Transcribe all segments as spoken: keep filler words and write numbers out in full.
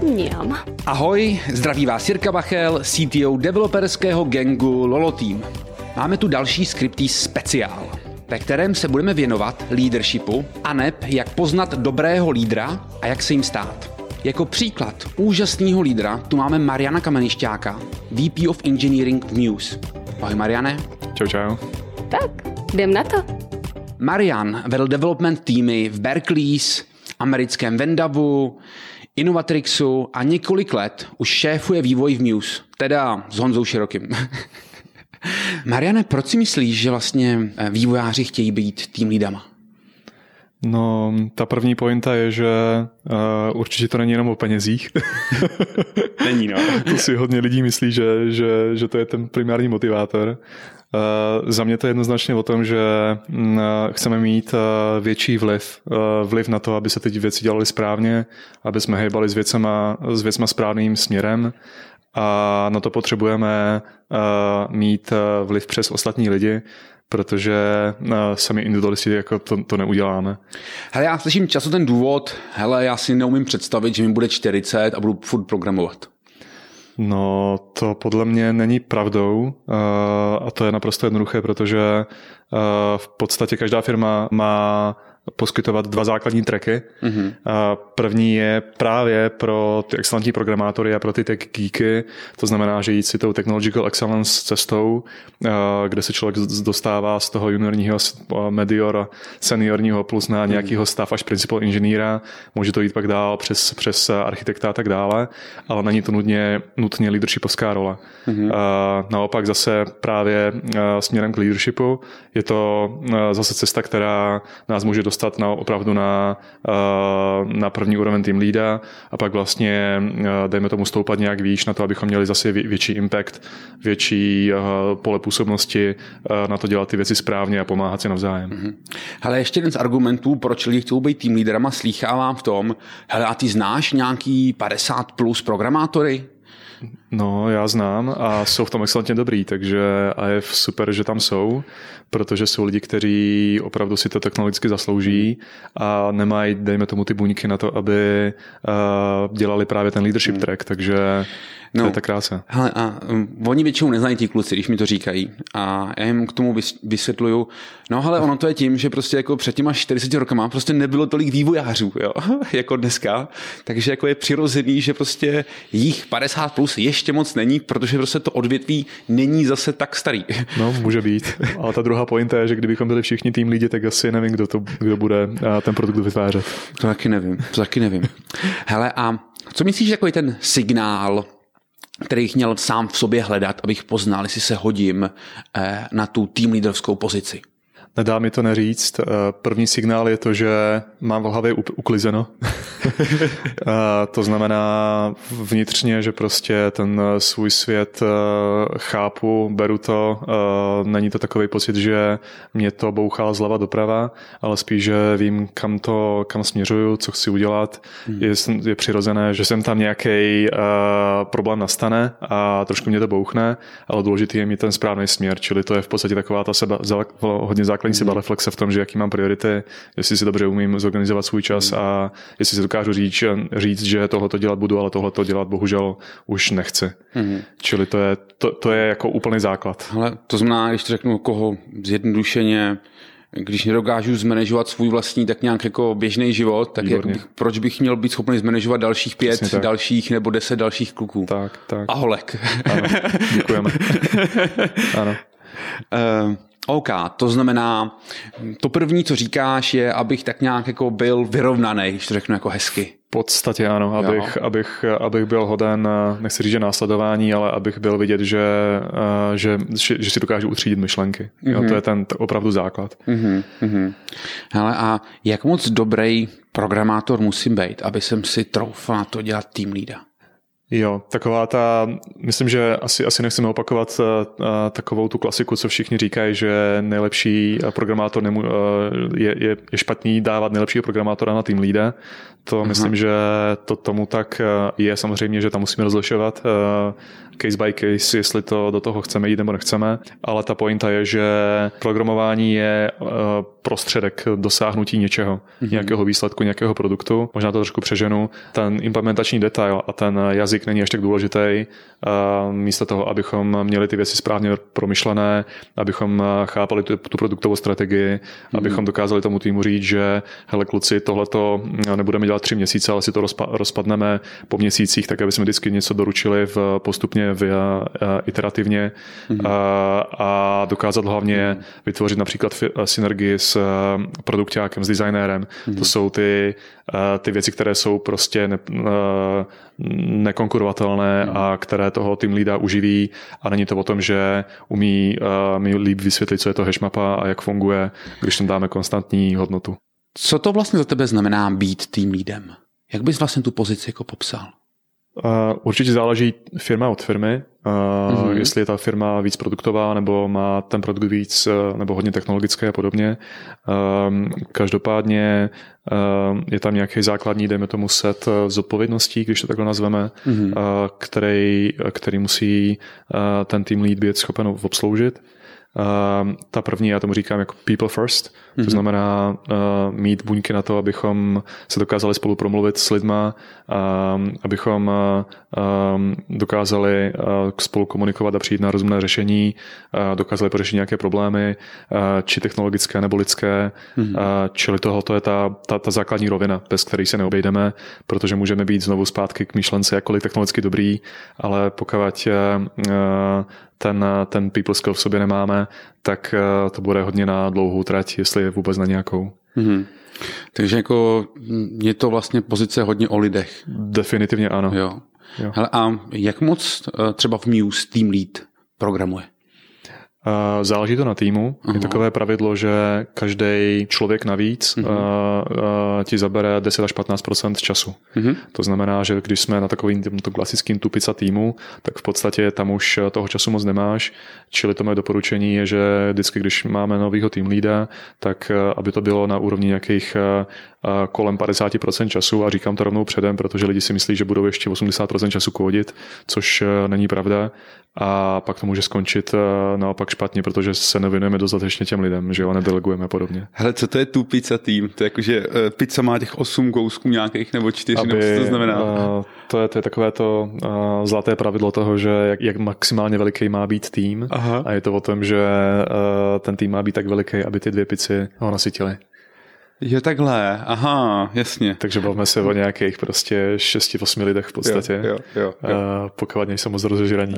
Mňam. Ahoj, zdraví vás Jirka Bachel, C T O developerského gangu Lolo Team. Máme tu další Scriptee speciál, ve kterém se budeme věnovat leadershipu a neb jak poznat dobrého lídra a jak se jim stát. Jako příklad úžasného lídra tu máme Mariana Kamenišťáka, V P of Engineering v Muse. Ahoj Mariane. Čau, čau. Tak, jdem na to. Marian vedl development týmy v Berkeley's, americkém Vendavu, Innovatrixu a několik let už šéfuje vývoj v Muse, teda s Honzou Širokým. Mariane, proč si myslíš, že vlastně vývojáři chtějí být tým lídama? No, ta první pointa je, že uh, určitě to není jenom o penězích. Není, no. To si hodně lidí myslí, že, že, že to je ten primární motivátor. Uh, za mě to je jednoznačně o tom, že uh, chceme mít uh, větší vliv. Uh, vliv na to, aby se ty věci dělaly správně, aby jsme hejbali s věcma, s věcma správným směrem. A na to potřebujeme uh, mít uh, vliv přes ostatní lidi, protože uh, sami individualisti jako to, to neuděláme. Hele, já slyším často ten důvod, hele, já si neumím představit, že mi bude čtyřicet a budu furt programovat. No, to podle mě není pravdou uh, a to je naprosto jednoduché, protože uh, v podstatě každá firma má poskytovat dva základní tracky. Mm-hmm. První je právě pro ty excelentní programátory a pro ty tech geeky, to znamená, že jít si tou technological excellence cestou, kde se člověk dostává z toho juniorního, medior, seniorního plus na nějakého stav až principal inženýra, může to jít pak dál přes, přes architekta a tak dále, ale není to nutně, nutně leadershipovská role. Mm-hmm. Naopak zase právě směrem k leadershipu je to zase cesta, která nás může dostat dostat na, opravdu na, na první úroveň tým lída a pak vlastně dejme tomu stoupat nějak výš na to, abychom měli zase větší impact, větší pole působnosti na to dělat ty věci správně a pomáhat si navzájem. Mm-hmm. Hele, ještě jeden z argumentů, proč lidi chtějí být tým lídrama, slýchávám v tom, hele, a ty znáš nějaký padesát plus programátory? No, já znám a jsou v tom excelentně dobrý, takže a je super, že tam jsou, protože jsou lidi, kteří opravdu si to technologicky zaslouží a nemají, dejme tomu, ty buňky na to, aby uh, dělali právě ten leadership track, takže to no, je ta krása. Hele, a um, oni většinou neznají ti kluci, když mi to říkají. A já jim k tomu vysvětluju, no hele, ono to je tím, že prostě jako před těma čtyřiceti rokama prostě nebylo tolik vývojářů, jo, jako dneska. Takže jako je přirozený, že prostě jich padesát plus ještě moc není, protože prostě to odvětví není zase tak starý. No, může být. Ale ta druhá pointa je, že kdybychom byli všichni tým lidi, tak asi nevím, kdo to kdo bude ten produkt vytvářet. To taky nevím, to taky nevím. Hele, a co myslíš, jako je ten signál, který bych měl sám v sobě hledat, abych poznal, jestli se hodím na tu tým lídrovskou pozici? Nedá mi to neříct. První signál je to, že mám v hlavě uklizeno. To znamená vnitřně, že prostě ten svůj svět chápu, beru to. Není to takový pocit, že mě to bouchá zleva doprava, ale spíš, že vím, kam to, kam směřuju, co chci udělat. Hmm. Je, je přirozené, že sem tam nějaký problém nastane a trošku mě to bouchne, ale důležitý je mít ten správný směr, čili to je v podstatě taková ta seba, hodně základní hmm. sebareflexe v tom, že jaký mám priority, jestli si dobře umím zorganizovat svůj čas hmm. a jestli si dokážu říct, říct, že tohleto dělat budu, ale tohleto dělat bohužel už nechci. Mm-hmm. Čili to je, to, to je jako úplný základ. Ale to znamená, když to řeknu koho zjednodušeně, když nedokážu zmanéžovat svůj vlastní tak nějak jako běžný život, tak jak bych, proč bych měl být schopný zmanéžovat dalších pět dalších nebo deset dalších kluků? Tak, tak. A holek. Ano, děkujeme. Ano. Uh, OK, to znamená, to první, co říkáš, je, abych tak nějak jako byl vyrovnaný, když to řeknu jako hezky. V podstatě ano, abych, abych, abych byl hoden, nechci říct, že následování, ale abych byl vidět, že, že, že si dokážu utřídit myšlenky. Mm-hmm. Jo, to je ten opravdu základ. Mm-hmm. Hele, a jak moc dobrý programátor musím být, aby jsem si troufal na to dělat tým lída? Jo, taková ta, myslím, že asi, asi nechceme opakovat uh, takovou tu klasiku, co všichni říkají, že nejlepší programátor nemů, uh, je, je, je špatný dávat nejlepšího programátora na tým leada. To Aha. myslím, že to tomu tak je. Samozřejmě, že tam musíme rozlišovat uh, case by case, jestli to do toho chceme jít nebo nechceme, ale ta pointa je, že programování je uh, prostředek dosáhnutí něčeho, mm-hmm. nějakého výsledku, nějakého produktu. Možná to trošku přeženu. Ten implementační detail a ten jazyk není až tak důležitý. Uh, místo toho, abychom měli ty věci správně promyšlené, abychom chápali tu, tu produktovou strategii, mm-hmm. abychom dokázali tomu týmu říct, že hele kluci, tohleto nebudeme dělat tři měsíce, ale si to rozpa- rozpadneme po měsících, tak aby jsme vždycky něco doručili v postupně v, uh, iterativně mm-hmm. uh, a dokázat hlavně mm-hmm. vytvořit například synergii s uh, produkťákem, s designérem. Mm-hmm. To jsou ty, uh, ty věci, které jsou prostě ne, uh, nekonkurovatelné mm-hmm. a které toho tým leada uživí a není to o tom, že umí uh, mi líp vysvětlit, co je to hashmapa a jak funguje, když tam dáme konstantní hodnotu. Co to vlastně za tebe znamená být tým leadem? Jak bys vlastně tu pozici jako popsal? Uh, určitě záleží firma od firmy, uh, mm-hmm. jestli je ta firma víc produktová nebo má ten produkt víc uh, nebo hodně technologické a podobně. Um, každopádně uh, je tam nějaký základní, dejme tomu set zodpovědností, když to takhle nazveme, mm-hmm. uh, který, který musí uh, ten team lead být schopen obsloužit. Uh, ta první, já tomu říkám jako people first, mm-hmm. to znamená uh, mít buňky na to, abychom se dokázali spolu promluvit s lidma, uh, abychom uh, um, dokázali uh, spolu komunikovat a přijít na rozumné řešení, uh, dokázali pořešit nějaké problémy, uh, či technologické nebo lidské, mm-hmm. uh, čili tohoto je ta, ta, ta základní rovina, bez které se neobejdeme, protože můžeme být znovu zpátky k myšlence jakkoliv technologicky dobrý, ale pokud uh, ten, ten people skill v sobě nemáme, tak to bude hodně na dlouhou trať, jestli je vůbec na nějakou. Mm-hmm. Takže jako je to vlastně pozice hodně o lidech. Definitivně ano. Jo. Jo. Hele, a jak moc třeba v Muse Team Lead programuje? Záleží to na týmu. Aha. Je takové pravidlo, že každý člověk navíc uh-huh. uh, ti zabere deset až patnáct procent času. Uh-huh. To znamená, že když jsme na takovým klasickým tupica týmu, tak v podstatě tam už toho času moc nemáš. Čili to moje doporučení je, že vždycky, když máme novýho team leada, tak aby to bylo na úrovni nějakých kolem padesát procent času, a říkám to rovnou předem, protože lidi si myslí, že budou ještě osmdesát procent času kódit, což není pravda, a pak to může skončit naopak špatně, protože se nevěnujeme dostatečně těm lidem, že jo, nedelegujeme a podobně. Hele, co to je tu pizza tým? To je jako, že pizza má těch osm kousků nějakých nebo čtyři, Aby, nebo co to znamená? Uh, to, je, to je takové to uh, zlaté pravidlo toho, že jak, jak maximálně veliký má být tým. Aha. A je to o tom, že uh, ten tým má být tak veliký, aby ty dvě pici ho nasytily. Je takhle, aha, jasně. Takže bavíme se o nějakých prostě šesti osmi lidech v podstatě. Jo, jo, jo, jo. Uh, pokud nejsou moc rozežraní.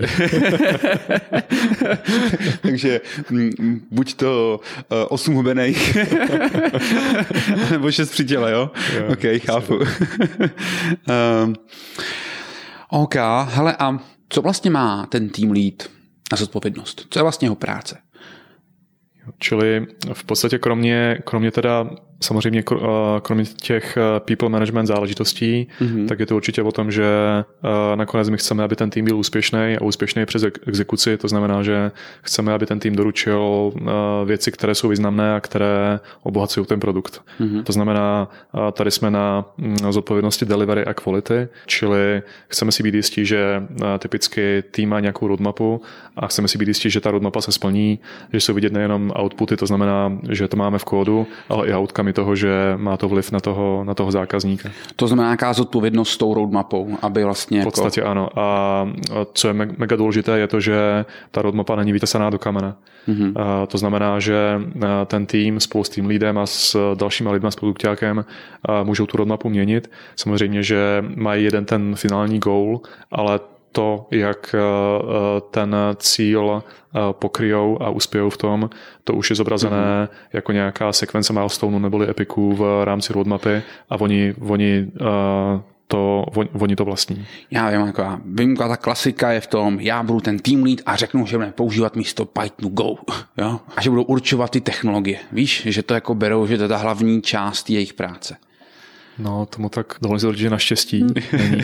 Takže m, buď to uh, osm hubených, nebo šest při těle, jo? jo ok, chápu. um, ok, hele, a co vlastně má ten team lead na zodpovědnost? Co je vlastně jeho práce? Čili v podstatě kromě, kromě teda samozřejmě kromě těch people management záležitostí, mm-hmm. tak je to určitě o tom, že nakonec my chceme, aby ten tým byl úspěšný a úspěšný přes exekuci. To znamená, že chceme, aby ten tým doručil věci, které jsou významné a které obohacují ten produkt. Mm-hmm. To znamená, tady jsme na zodpovědnosti delivery a quality, čili chceme si být jistí, že typicky tým má nějakou roadmapu a chceme si být jistí, že ta roadmapa se splní, že jsou vidět nejenom outputy, to znamená, že to máme v kódu, ale i outcome toho, že má to vliv na toho, na toho zákazníka. To znamená nějaká zodpovědnost s tou roadmapou, aby vlastně... V podstatě jako... ano. A co je mega důležité, je to, že ta roadmapa není vytesaná do kamene. Mm-hmm. A to znamená, že ten tým spolu s tým leadem a s dalšíma lidma, s produkťákem můžou tu roadmapu měnit. Samozřejmě, že mají jeden ten finální goal, ale to, jak ten cíl pokryjou a uspějou v tom, to už je zobrazené mm-hmm. jako nějaká sekvence milestonů neboli epiků v rámci roadmapy a oni, oni, to, oni to vlastní. Já vím, jako já vím, ta klasika je v tom, já budu ten team lead a řeknu, že budeme používat místo Pythonu Go. Jo? A že budou určovat ty technologie. Víš, že to jako berou, že to je ta hlavní část jejich práce. No, tomu tak dovolím si říct, že naštěstí není.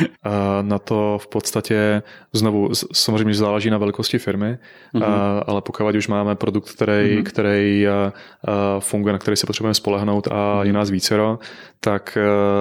Na to v podstatě znovu, samozřejmě záleží na velikosti firmy, mm-hmm. ale pokud už máme produkt, který, mm-hmm. který funguje, na který se potřebujeme spolehnout a mm-hmm. je nás vícero, tak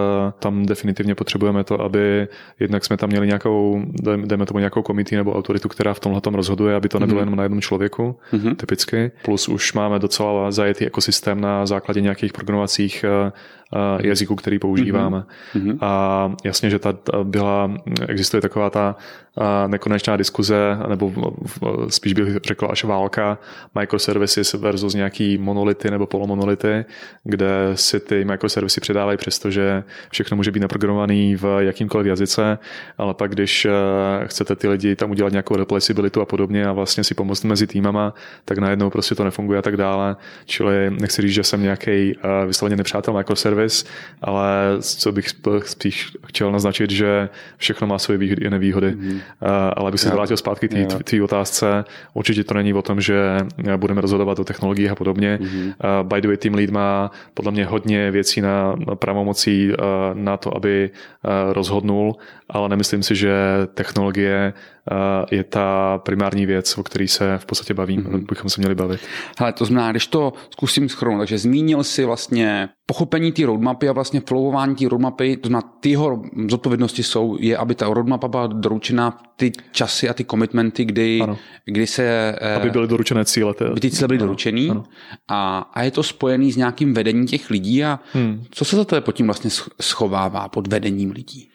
tam definitivně potřebujeme to, aby jednak jsme tam měli nějakou, dejme tomu nějakou komity nebo autoritu, která v tomhletom rozhoduje, aby to nebylo mm-hmm. jenom na jednom člověku, mm-hmm. typicky. Plus už máme docela zajetý ekosystém na základě nějakých programovacích jazyků, který používáme. Mm-hmm. A jasně, že ta byla, existuje taková ta nekonečná diskuze, nebo spíš bych řekl až válka microservices versus nějaký monolity nebo polomonolity, kde si ty microservices předávají přesto, že všechno může být naprogramovaný v jakýmkoliv jazyce, ale pak když chcete ty lidi tam udělat nějakou replaceabilitu a podobně a vlastně si pomoct mezi týmama, tak najednou prostě to nefunguje a tak dále. Čili nechci říct, že jsem nějaký vysloveně nepřátel microservice, ale co bych spíš chtěl naznačit, že všechno má své výhody a nevýhody. Mm. Ale bych se vrátil zpátky k té otázce. Určitě to není o tom, že budeme rozhodovat o technologiích a podobně. Mm. By the way, Team Lead má podle mě hodně věcí na pravomocí na to, aby rozhodnul, ale nemyslím si, že technologie je ta primární věc, o který se v podstatě bavím, mm-hmm. bychom se měli bavit. Hele, to znamená, když to zkusím shrnout, takže zmínil si vlastně pochopení té roadmapy a vlastně followování té roadmapy, to znamená, ty jeho zodpovědnosti jsou, je, aby ta roadmapa byla doručena ty časy a ty commitmenty, kdy, kdy se... Aby byly doručené cíle. Aby ty cíle byly ano, doručený ano. A, a je to spojený s nějakým vedením těch lidí a hmm. co se za to pod tím vlastně schovává pod vedením lidí?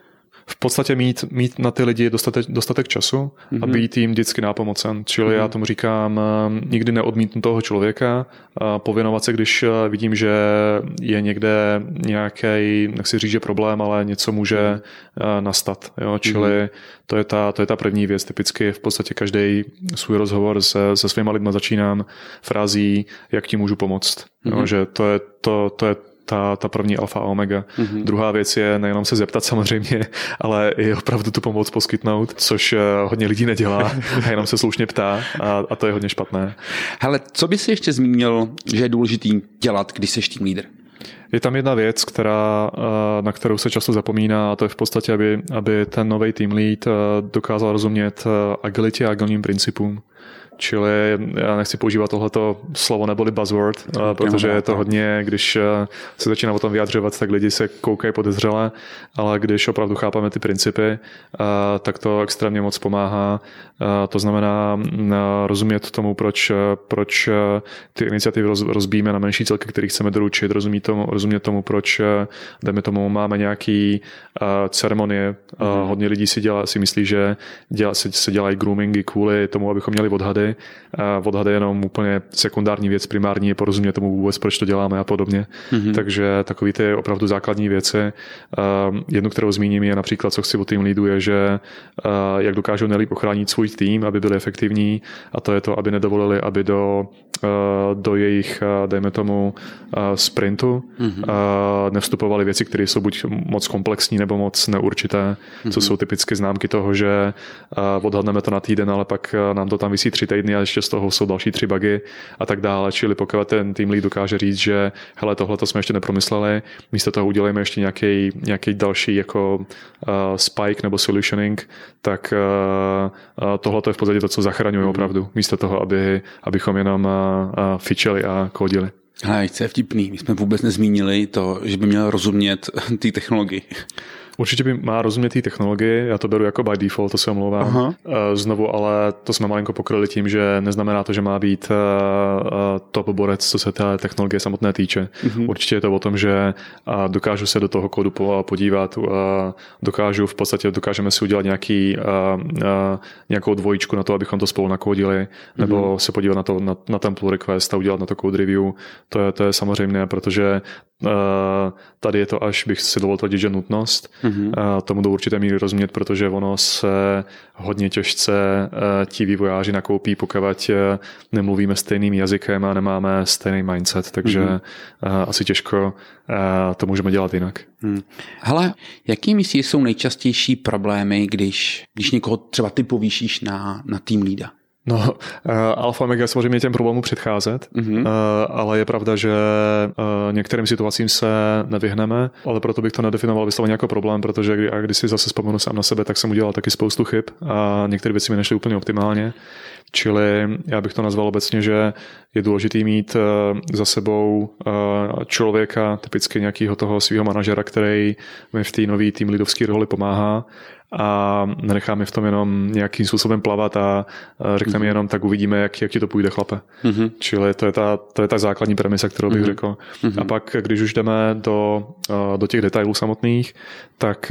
V podstatě mít, mít na ty lidi dostatek, dostatek času mm-hmm. a být jim vždycky nápomocen. Čili mm-hmm. já tomu říkám, nikdy neodmítnu toho člověka, pověnovat se, když vidím, že je někde nějaký, nechci říct, že problém, ale něco může nastat. Jo? Čili mm-hmm. to, je ta, to je ta první věc. Typicky v podstatě každý svůj rozhovor se, se svýma lidma začínám frází, jak ti můžu pomoct. Mm-hmm. Jo? Že to je to, to je Ta, ta první alfa a omega. Mm-hmm. Druhá věc je nejenom se zeptat samozřejmě, ale i opravdu tu pomoc poskytnout, což hodně lidí nedělá a jenom se slušně ptá a, a to je hodně špatné. Hele, co by si ještě zmínil, že je důležitý dělat, když jsi tým lídr? Je tam jedna věc, která, na kterou se často zapomíná, a to je v podstatě, aby, aby ten nový team lead dokázal rozumět agilitě a agilním principům. Čili já nechci používat tohleto slovo neboli buzzword, protože je to hodně, když se začíná o tom vyjadřovat, tak lidi se koukají podezřele, ale když opravdu chápeme ty principy, tak to extrémně moc pomáhá. To znamená rozumět tomu, proč, proč ty iniciativy rozbíjíme na menší celky, které chceme doručit, rozumět tomu, rozumět tomu, proč dejme tomu, máme nějaký ceremonie. Mm. Hodně lidí si, dělá, si myslí, že dělá, se, se dělají groomingy kvůli tomu, abychom měli odhady. Odhady je jenom úplně sekundární věc, primární je porozumět tomu vůbec, proč to děláme a podobně. Mm-hmm. Takže takový ty opravdu základní věci. Jednu, kterou zmíním, je například, co chci o tým leadu, je, že jak dokážou nejlíp ochránit svůj tým, aby byli efektivní, a to je to, aby nedovolili, aby do, do jejich, dejme tomu, sprintu mm-hmm. nevstupovaly věci, které jsou buď moc komplexní nebo moc neurčité, mm-hmm. co jsou typicky známky toho, že odhadneme to na týden, ale pak nám to tam visí tři týdny a ještě z toho jsou další tři bugy a tak dále. Čili pokud ten team lead dokáže říct, že hele, tohle to jsme ještě nepromysleli, místo toho udělejme ještě nějaký, nějaký další jako uh, spike nebo solutioning, tak uh, uh, tohle to je v podstatě to, co zachraňuje mm. opravdu, místo toho, aby, abychom jenom uh, uh, fičeli a kódili. Hele, co je vtipný, my jsme vůbec nezmínili to, že by měl rozumět ty technologii. Určitě by má rozumět té technologii, já to beru jako by default, to se omlouvám. Aha. Znovu, ale to jsme malinko pokryli tím, že neznamená to, že má být top borec, co se té technologie samotné týče. Mhm. Určitě je to o tom, že dokážu se do toho kódu podívat, dokážu v podstatě, dokážeme si udělat nějaký, nějakou dvojičku na to, abychom to spolu nakódili, nebo mhm. se podívat na, to, na, na ten pull request a udělat na to code review. To je, to je samozřejmě, protože tady je to až, bych si dovolil tvrdit, že nutnost. Mm-hmm. Tomu do určité míry rozumět, protože ono se hodně těžce ti vývojáři nakoupí, pokud nemluvíme stejným jazykem a nemáme stejný mindset, takže mm-hmm. asi těžko to můžeme dělat jinak. Hmm. Hele, jaký myslíš jsou nejčastější problémy, když, když někoho třeba ty povýšíš na, na tým lída? No, uh, alfa omega samozřejmě těm problémům předcházet, mm-hmm. uh, ale je pravda, že uh, některým situacím se nevyhneme, ale proto bych to nedefinoval vysloveně jako problém, protože kdy, a když si zase vzpomenu sám na sebe, tak jsem udělal taky spoustu chyb a některé věci mi nešly úplně optimálně. Čili já bych to nazval obecně, že je důležitý mít uh, za sebou uh, člověka, typicky nějakého toho svého manažera, který mi v té nové tým leadovské roli pomáhá a nenecháme v tom jenom nějakým způsobem plavat a řekneme mm-hmm. jenom, tak uvidíme, jak, jak ti to půjde, chlape. Mm-hmm. Čili to je, ta, to je ta základní premisa, kterou bych mm-hmm. řekl. Mm-hmm. A pak, když už jdeme do, do těch detailů samotných, tak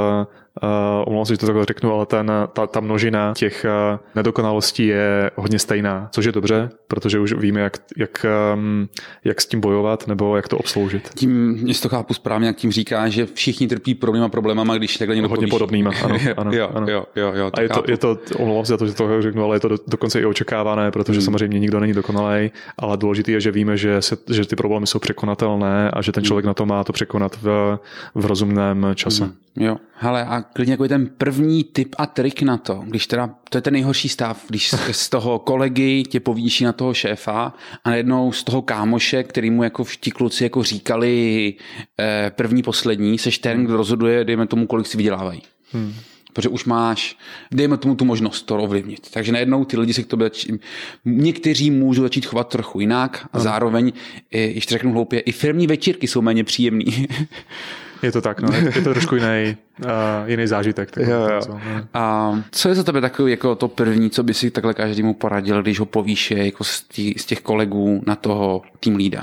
Uh, omlouvám se, že to takhle řeknu, ale ten, ta, ta množina těch uh, nedokonalostí je hodně stejná, což je dobře, protože už víme, jak, jak, um, jak s tím bojovat nebo jak to obsloužit. Tím, jestli to chápu správně, jak tím říká, že všichni trpí podobnýma problémama, když takhle někdo hodně povýší. podobnýma, ano. ano, jo, ano. jo, jo, jo, to A je to, je to, omlouvám se za to, že to řeknu, ale je to do, dokonce i očekávané, protože hmm. samozřejmě nikdo není dokonalej, ale důležité je, že víme, že, se, že ty problémy jsou překonatelné a že ten člověk hmm. na to má to překonat v, v rozumném čase. Hmm. Jo, hele, a klidně jako ten první tip a trik na to, když teda, to je ten nejhorší stav, když z toho kolegy tě povýší na toho šéfa a najednou z toho kámoše, který mu jako ti kluci jako říkali eh, první, poslední, seš ten, kdo rozhoduje, dejme tomu, kolik si vydělávají. Hmm. Protože už máš, dejme tomu tu možnost to ovlivnit. Takže najednou ty lidi se k tobě, někteří můžou začít chovat trochu jinak a zároveň, ještě řeknu hloupě, i firmní večírky jsou méně příjemný. Je to tak, no. Je to trošku jiný, uh, jiný zážitek. Tak jo, jo. Co, a co je za tebe takový jako to první, co by si takhle každému poradil, když ho povýší jako z, tí, z těch kolegů na toho tým lída?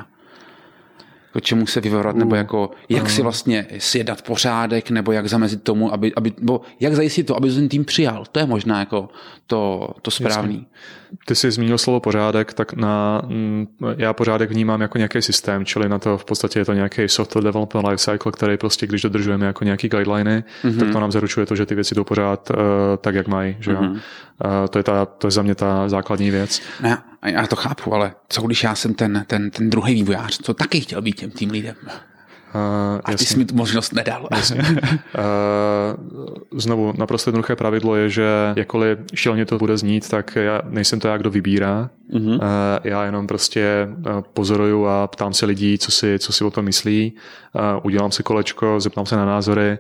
Jako čemu se vyvarovat, uh, nebo jako jak uh. si vlastně sjednat pořádek, nebo jak zamezit tomu, aby, aby, nebo jak zajistit to, aby ten tým přijal. To je možná jako to, to správný. Jasně. Ty jsi zmínil slovo pořádek, tak na, já pořádek vnímám jako nějaký systém, čili na to v podstatě je to nějaký software development lifecycle, který prostě, když dodržujeme jako nějaký guideliny, mm-hmm. tak to nám zaručuje to, že ty věci jdou pořád uh, tak, jak mají. Že mm-hmm. uh, to, je ta, to je za mě ta základní věc. No, já to chápu, ale co když já jsem ten, ten, ten druhý vývojář, co taky chtěl být tím tým lídem? Uh, a ty jsi mi tu možnost nedal. uh, znovu, naprosto jednoduché pravidlo je, že jakkoliv šíleně to bude znít, tak já nejsem to já, kdo vybírá. Uh-huh. Uh, já jenom prostě pozoruju a ptám se lidí, co si, co si o tom myslí. Uh, udělám si kolečko, zeptám se na názory.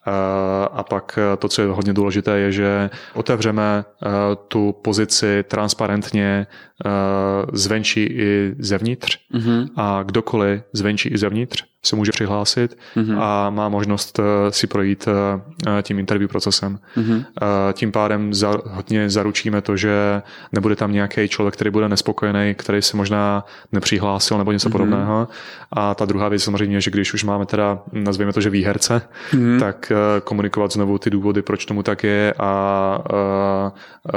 A pak to, co je hodně důležité, je, že otevřeme tu pozici transparentně zvenčí i zevnitř mm-hmm. a kdokoliv zvenčí i zevnitř se může přihlásit mm-hmm. a má možnost si projít tím interview procesem. Mm-hmm. Tím pádem za, hodně zaručíme to, že nebude tam nějaký člověk, který bude nespokojený, který se možná nepřihlásil nebo něco mm-hmm. podobného. A ta druhá věc samozřejmě, že když už máme teda, nazveme to, že výherce, mm-hmm. tak komunikovat znovu ty důvody, proč tomu tak je a, a, a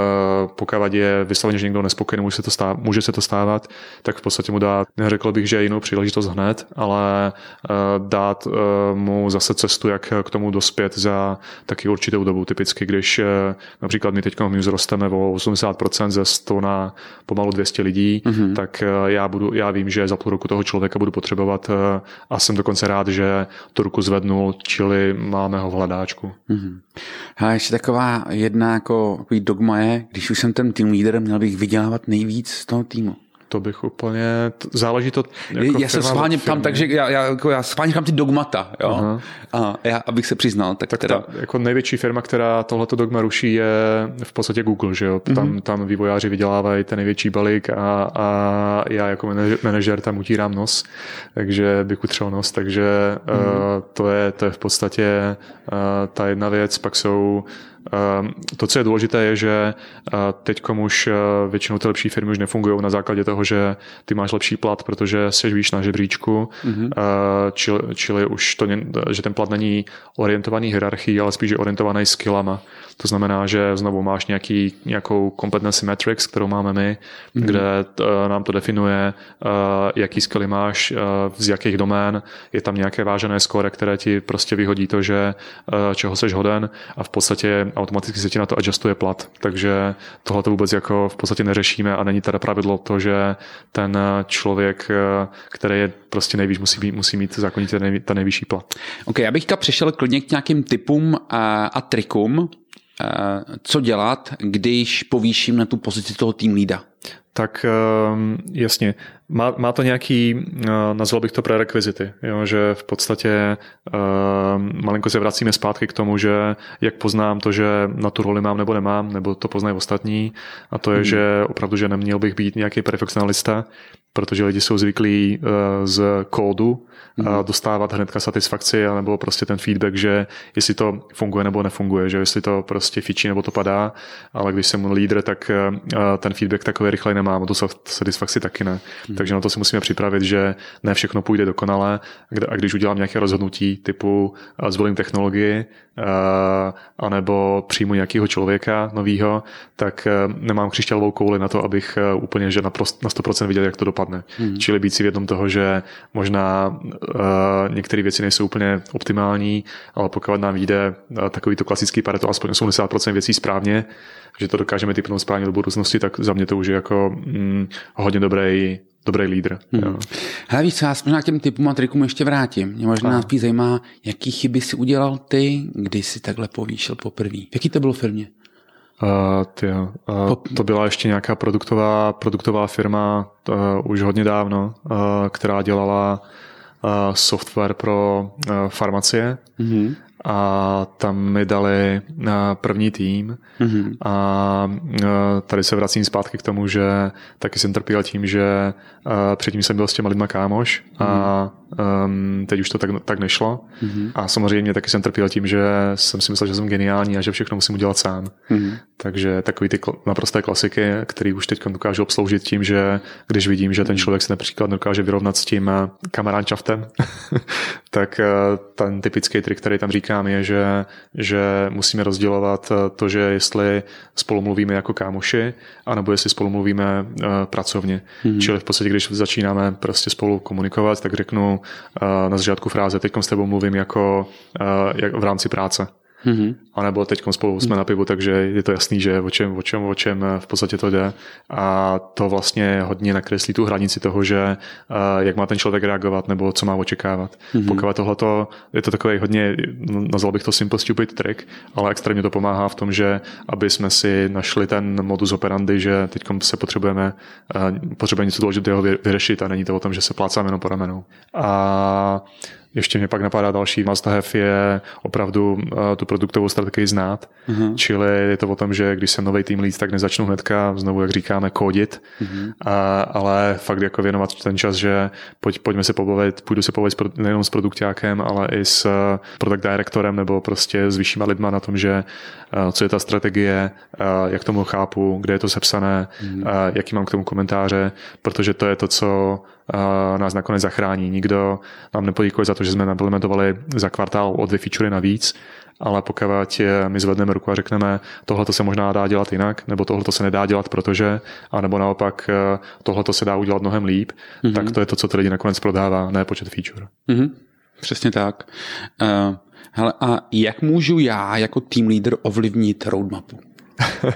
pokud je vysloveně, že někdo nespokojený, může se to stávat, může se to stávat, tak v podstatě mu dát, neřekl bych, že jinou příležitost hned, ale dát mu zase cestu, jak k tomu dospět za taky určitou dobu. Typicky, když například my teď v Muse rosteme o osmdesát procent ze sto na pomalu dvě stě lidí, mm-hmm. tak já, budu, já vím, že za půl roku toho člověka budu potřebovat a jsem dokonce rád, že tu ruku zvednul, čili máme ho v hledáčku. Mm-hmm. A ještě taková jedna jako dogma je, když už jsem ten tým líder, měl bych vydělávat nejvíc z toho týmu. To bych úplně, záleží to jako já se schválně ptám, takže já, já, jako já schválně říkám ty dogmata, jo? Aha. A já, abych se přiznal. Tak, tak teda... ta, jako největší firma, která tohleto dogma ruší, je v podstatě Google, že jo? Mm-hmm. Tam, tam vývojáři vydělávají ten největší balík a, a já jako manažer tam utírám nos, takže bych utřel nos, takže mm-hmm. uh, to, je, to je v podstatě uh, ta jedna věc, pak jsou to, co je důležité, je, že teďkom už většinou ty lepší firmy už nefungují na základě toho, že ty máš lepší plat, protože jsi víš na žebříčku, mm-hmm. čili, čili už to, že ten plat není orientovaný hierarchií, ale spíš je orientovaný skillama. To znamená, že znovu máš nějaký, nějakou competency metrics, kterou máme my, mm-hmm. kde nám to definuje, jaký skilly máš, z jakých domén, je tam nějaké vážené skóre, které ti prostě vyhodí to, že čeho seš hoden a v podstatě automaticky se ti na to adjustuje plat. Takže tohle to vůbec jako v podstatě neřešíme a není teda pravidlo to, že ten člověk, který je prostě nejvíc, musí, být, musí mít zákonitě ten nejvyšší plat. Ok, já bych přešel klidně k nějakým tipům a, a trikům. co dělat, když povýším na tu pozici toho tým leada? Tak jasně, má, má to nějaký, nazval bych to prerekvizity, jo, že v podstatě malinko se vracíme zpátky k tomu, že jak poznám to, že na tu roli mám nebo nemám, nebo to poznají ostatní, a to je, hmm. že opravdu, že neměl bych být nějaký perfekcionalista, protože lidi jsou zvyklí z kódu mm. dostávat hnedka satisfakci nebo prostě ten feedback, že jestli to funguje nebo nefunguje, že jestli to prostě fičí nebo to padá, ale když jsem lídr, tak ten feedback takový rychle nemám, tu satisfakci taky ne. Mm. Takže na to se musíme připravit, že ne všechno půjde dokonale a když udělám nějaké rozhodnutí typu zvolím technologii anebo přijmu nějakého člověka novýho, tak nemám křišťálovou kouli na to, abych úplně že na sto procent viděl, jak to dopadne. Hmm. Čili být si vědom toho, že možná uh, některé věci nejsou úplně optimální, ale pokud nám vyjde uh, takový to klasický Pareto, aspoň osmdesát procent věcí správně, že to dokážeme typnout správně do budoucnosti, tak za mě to už je jako mm, hodně dobrý dobrý lídr. Hmm. Hele, víš co, já možná k těm typům a trikům ještě vrátím. Mě možná spíš zajímá, jaký chyby si udělal ty, když jsi takhle povýšil poprvé. V jaký to bylo firmě? Uh, tyjo, uh, to byla ještě nějaká produktová, produktová firma uh, už hodně dávno, uh, která dělala uh, software pro uh, farmacie. Mm-hmm. A tam mi dali první tým mm-hmm. a tady se vracím zpátky k tomu, že taky jsem trpěl tím, že předtím jsem byl s těma lidma kámoš mm-hmm. a um, teď už to tak, tak nešlo mm-hmm. a samozřejmě taky jsem trpěl tím, že jsem si myslel, že jsem geniální a že všechno musím udělat sám. Mm-hmm. Takže takový ty kl- naprosté klasiky, který už teď dokážu obsloužit tím, že když vidím, že ten člověk se například dokáže vyrovnat s tím kamaránčaftem, tak ten typický trik, který tam říkám, je, že, že musíme rozdělovat to, že jestli spolu mluvíme jako kámoši, anebo jestli spolu mluvíme uh, pracovně. Mm-hmm. Čili v podstatě, když začínáme prostě spolu komunikovat, tak řeknu uh, na začátku fráze, teďkom s tebou mluvím jako, uh, jak v rámci práce. Mm-hmm. A nebo teďkom spolu jsme na pivu, takže je to jasný, že o čem, o čem, o čem v podstatě to jde. A to vlastně hodně nakreslí tu hranici toho, že uh, jak má ten člověk reagovat nebo co má očekávat. Mm-hmm. Pokud tohleto, je to takový hodně, nazval bych to simple stupid trick, ale extrémně to pomáhá v tom, že aby jsme si našli ten modus operandi, že teďkom se potřebujeme, uh, potřebujeme něco důležitého vyřešit a není to o tom, že se plácáme jenom po ramenou. A ještě mě pak napadá další must have je opravdu uh, tu produktovou strategii znát. Uh-huh. Čili je to o tom, že když jsem nový team lead, tak nezačnu hnedka znovu, jak říkáme, kódit, uh-huh. a, ale fakt jako věnovat ten čas, že pojď, pojďme se pobavit, půjdu se pobavit nejenom s produkťákem, ale i s uh, product directorem nebo prostě s vyššíma lidma na tom, že uh, co je ta strategie, uh, jak tomu chápu, kde je to sepsané, uh-huh. uh, jaký mám k tomu komentáře, protože to je to, co nás nakonec zachrání. Nikdo nám nepoděkuje za to, že jsme implementovali za kvartál o dvě featurey navíc, ale pokud my zvedneme ruku a řekneme, tohle se možná dá dělat jinak, nebo tohle se nedá dělat, protože, anebo naopak tohle se dá udělat mnohem líp, mm-hmm. tak to je to, co ty lidi nakonec prodává, ne počet feature. Mm-hmm. Přesně tak. Uh, hele, a jak můžu já jako team leader ovlivnit roadmapu? uh,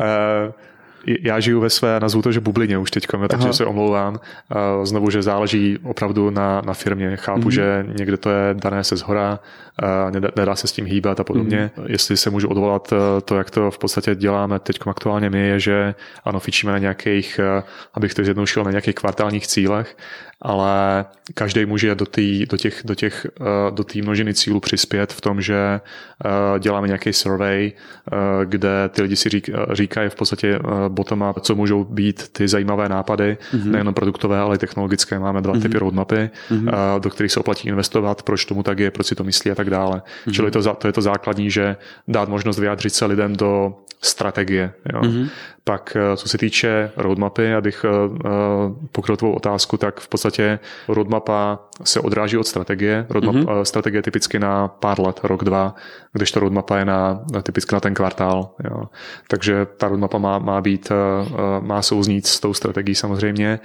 Já žiju ve své, nazvu to, že bublině už teďko, takže se omlouvám. Znovu, že záleží opravdu na, na firmě. Chápu, mm-hmm. že někde to je dané se zhora, nedá, nedá se s tím hýbat a podobně. Mm-hmm. Jestli se můžu odvolat to, jak to v podstatě děláme teďko aktuálně my, je, že ano, fičíme na nějakých, abych to zjednoušil, na nějakých kvartálních cílech, ale každý může do, tý, do těch do těch do té množiny cílů přispět v tom, že děláme nějaký survey, kde ty lidi si řík, říkají v podstatě bottom-up, co můžou být ty zajímavé nápady, mm-hmm. nejenom produktové, ale i technologické. Máme dva mm-hmm. typy roadmapy, mm-hmm. do kterých se oplatí investovat, proč tomu tak je, proč si to myslí a tak dále. Mm-hmm. Čili to, to je to základní, že dát možnost vyjádřit se lidem do strategie. Jo. Mm-hmm. Pak co se týče roadmapy, abych pokryl tvou otázku, tak v podstatě roadmapa se odráží od strategie. Roadmap, mm-hmm. Strategie je typicky na pár let, rok, dva, kdežto roadmapa je na, typicky na ten kvartál. Jo. Takže ta roadmapa má, má být, má souznít s tou strategií samozřejmě.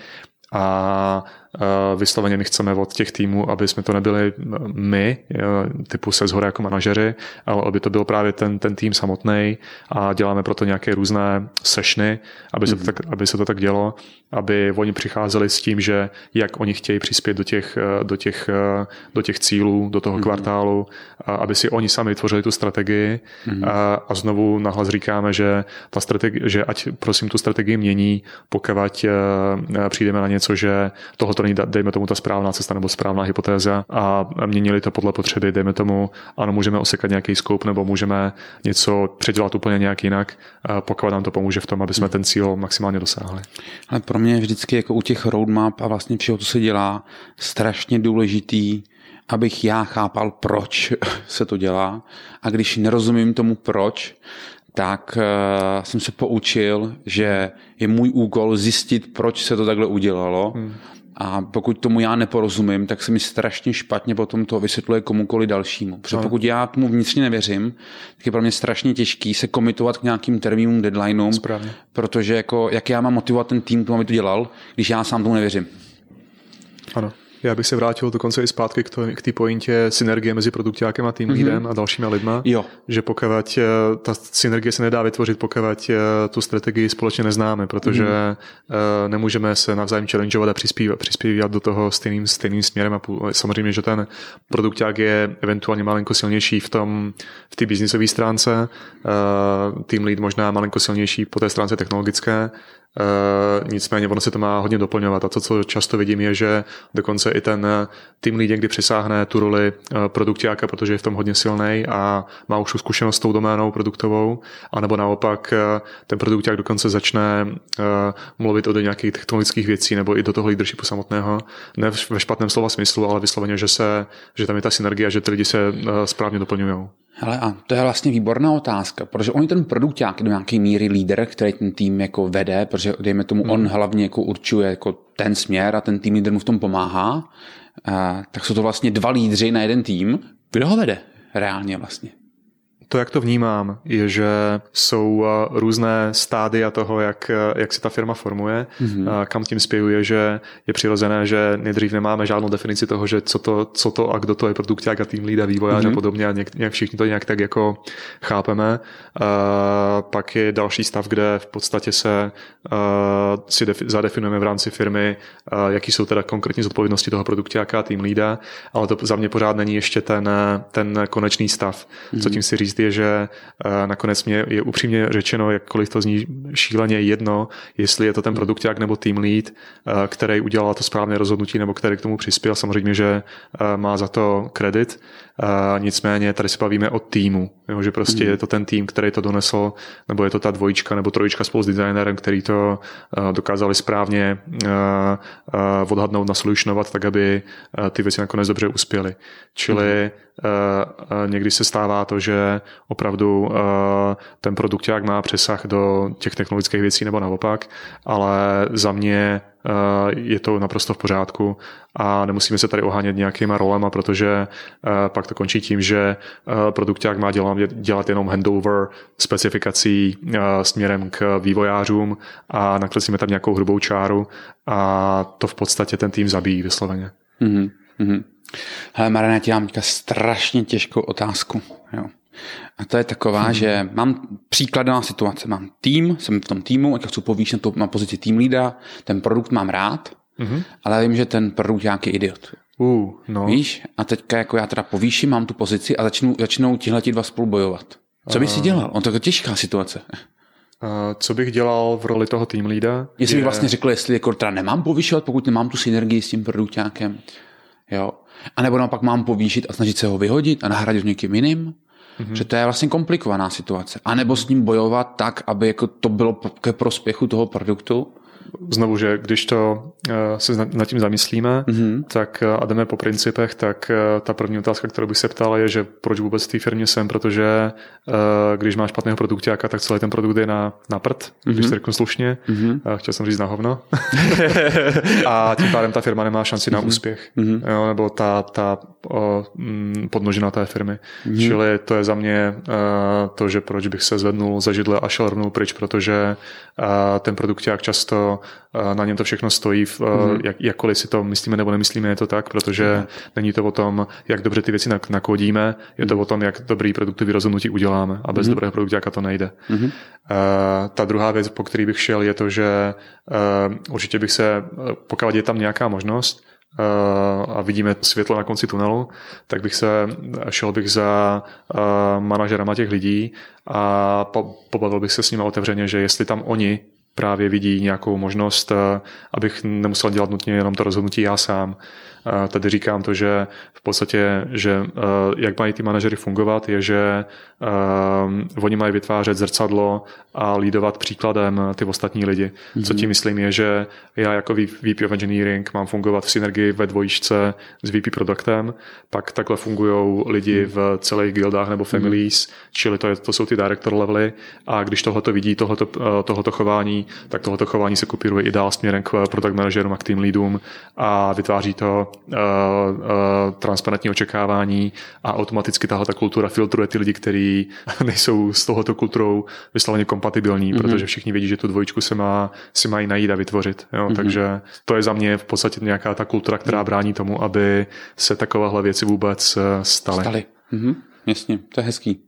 a vysloveně my chceme od těch týmů, aby jsme to nebyli my, typu se zhora jako manažeři, ale aby to byl právě ten, ten tým samotný a děláme proto nějaké různé sessiony, aby se, to tak, aby se to tak dělo, aby oni přicházeli s tím, že jak oni chtějí přispět do těch, do těch, do těch cílů, do toho mm-hmm. kvartálu, aby si oni sami vytvořili tu strategii mm-hmm. a, a znovu nahlas říkáme, že ta strategie, že ať prosím tu strategii mění, pokud přijdeme na něco, že tohoto není, dejme tomu, ta správná cesta nebo správná hypotéza a měnili to podle potřeby, dejme tomu, ano, můžeme osekat nějaký scope nebo můžeme něco předělat úplně nějak jinak, pokud nám to pomůže v tom, aby jsme ten cíl maximálně dosáhli. Ale pro mě je vždycky jako u těch roadmap a vlastně všeho, co se dělá, strašně důležitý, abych já chápal, proč se to dělá, a když nerozumím tomu proč, tak uh, jsem se poučil, že je můj úkol zjistit, proč se to takhle udělalo. Hmm. A pokud tomu já neporozumím, tak se mi strašně špatně potom to vysvětluje komukoli dalšímu. Protože pokud já tomu vnitřně nevěřím, tak je pro mě strašně těžký se komitovat k nějakým termínům, deadlineům, Správně. Protože jako, jak já mám motivovat ten tým, tomu, aby to dělal, když já sám tomu nevěřím. Ano. Já bych se vrátil dokonce i zpátky k té pointě synergie mezi produkťákem a tým lídem mm-hmm. a dalšíma lidma. Jo. Že pokud ta synergie se nedá vytvořit, pokud tu strategii společně neznáme, protože mm-hmm. nemůžeme se navzájem challengeovat a přispívat, přispívat do toho stejným, stejným směrem. A samozřejmě, že ten produkťák je eventuálně malinko silnější v tom, v té biznisové stránce, tým líd možná malinko silnější po té stránce technologické. Uh, nicméně ono se to má hodně doplňovat a to, co často vidím, je, že dokonce i ten tým lead někdy přesáhne tu roli uh, produkťáka, protože je v tom hodně silný a má už zkušenost s tou doménou produktovou, anebo naopak uh, ten produkťák dokonce začne uh, mluvit o nějakých technologických věcí nebo i do toho leadershipu samotného, ne ve špatném slova smyslu, ale vysloveně, že, se, že tam je ta synergie a že ty lidi se uh, správně doplňují. Hele, a to je vlastně výborná otázka, protože on je ten produkťák do nějaké míry líder, který ten tým jako vede, protože dejme tomu hmm. on hlavně jako určuje jako ten směr a ten tým líder mu v tom pomáhá, a, tak jsou to vlastně dva lídři na jeden tým. Kdo ho vede reálně vlastně? To, jak to vnímám, je, že jsou různé stádia toho, jak, jak se ta firma formuje. Mm-hmm. Kam tím spěju je, že je přirozené, že nejdřív nemáme žádnou definici toho, že co to, co to a kdo to je produkťák a tým lída, vývojář mm-hmm. a podobně a nějak, nějak všichni to nějak tak jako chápeme. A pak je další stav, kde v podstatě se uh, si defi- zadefinujeme v rámci firmy, uh, jaký jsou teda konkrétní zodpovědnosti toho produkťáka a tým lída, ale to za mě pořád není ještě ten, ten konečný stav. Mm-hmm. Co tím si říct je, že nakonec mě je upřímně řečeno, jakkoliv to zní šíleně jedno, jestli je to ten produkťák nebo team lead, který udělal to správné rozhodnutí nebo který k tomu přispěl. Samozřejmě, že má za to kredit. Nicméně tady se bavíme o týmu, jo, že prostě mm. je to ten tým, který to donesl, nebo je to ta dvojička nebo trojička spolu s designérem, který to dokázali správně odhadnout, nasolutionovat, tak aby ty věci nakonec dobře uspěly. Čili mm. někdy se stává to, že opravdu ten produkťák má přesah do těch technologických věcí nebo naopak, ale za mě je to naprosto v pořádku a nemusíme se tady ohánět nějakýma rolema, protože pak to končí tím, že produkťák má dělat, dělat jenom handover specifikací směrem k vývojářům a nakreslíme tam nějakou hrubou čáru a to v podstatě ten tým zabíjí vysloveně. Mm-hmm. Mm-hmm. Hele, Mariane, já ti dám strašně těžkou otázku. Jo. A to je taková, hmm. že mám příkladná situace. Mám tým, jsem v tom týmu, jak chci povýšit na, na pozici tým lídra, ten produkt mám rád, hmm. ale vím, že ten produkt je nějaký idiot. Uh, no. Víš? A teďka jako já teda povýším, mám tu pozici a začnu, začnou tihleti dva spolu bojovat. Co bys si dělal? On to je těžká situace. Uh, co bych dělal v roli toho tým lídra? Jestli je... bych vlastně řekl, jestli jako teda nemám povyšovat, pokud nemám tu synergii s tím produkťákem. Jo. A nebo naopak mám povýšit a snažit se ho vyhodit a nahradit někým jiným. Mm-hmm. Že to je vlastně komplikovaná situace. A nebo s ním bojovat tak, aby jako to bylo ke prospěchu toho produktu. Znovu, že když to uh, se nad tím zamyslíme, mm-hmm. tak uh, a jdeme po principech, tak uh, ta první otázka, kterou bych se ptal, je, že proč vůbec v té firmě jsem, protože uh, když máš špatného produkťáka, tak celý ten produkt je na, na prd, mm-hmm. když to řeknu slušně. Mm-hmm. Uh, chtěl jsem říct na hovno. A tím pádem ta firma nemá šanci mm-hmm. na úspěch. Mm-hmm. Jo, nebo ta, ta o, m, podnožina té firmy. Mm-hmm. Čili to je za mě uh, to, že proč bych se zvednul za židle a šel rovnou pryč, protože uh, ten produkťák často to, na něm to všechno stojí, mm. jak, jakkoliv si to myslíme nebo nemyslíme, je to tak, protože mm. není to o tom, jak dobře ty věci nakodíme, je to mm. o tom, jak dobrý produktový rozhodnutí uděláme a bez mm. dobrého produktáka to nejde. Mm. Uh, ta druhá věc, po který bych šel, je to, že uh, určitě bych se, pokud je tam nějaká možnost, a vidíme světlo na konci tunelu, tak bych se šel bych za manažerama těch lidí a pobavil bych se s nimi otevřeně, že jestli tam oni právě vidí nějakou možnost, abych nemusel dělat nutně jenom to rozhodnutí já sám. Tady říkám to, že v podstatě, že jak mají ty manažery fungovat, je, že uh, oni mají vytvářet zrcadlo a lídovat příkladem ty ostatní lidi. Mm-hmm. Co tím myslím je, že já jako V P of Engineering mám fungovat v synergii ve dvojičce s V P produktem, pak takhle fungují lidi mm-hmm. v celých guildách nebo families, mm-hmm. čili to, je, to jsou ty director levely a když tohleto vidí, tohleto, tohleto chování, tak tohleto chování se kopíruje i dál směrem k product manažerům a k team leadům a vytváří to uh, uh, transparentní očekávání a automaticky tahle ta kultura filtruje ty lidi, kteří nejsou s tohoto kulturou vysloveně kompatibilní, mm-hmm. protože všichni vědí, že tu dvojičku se má, si mají najít a vytvořit. Jo? Mm-hmm. Takže to je za mě v podstatě nějaká ta kultura, která brání tomu, aby se takovéhle věci vůbec staly. Staly. Mm-hmm. Jasně, to je hezký.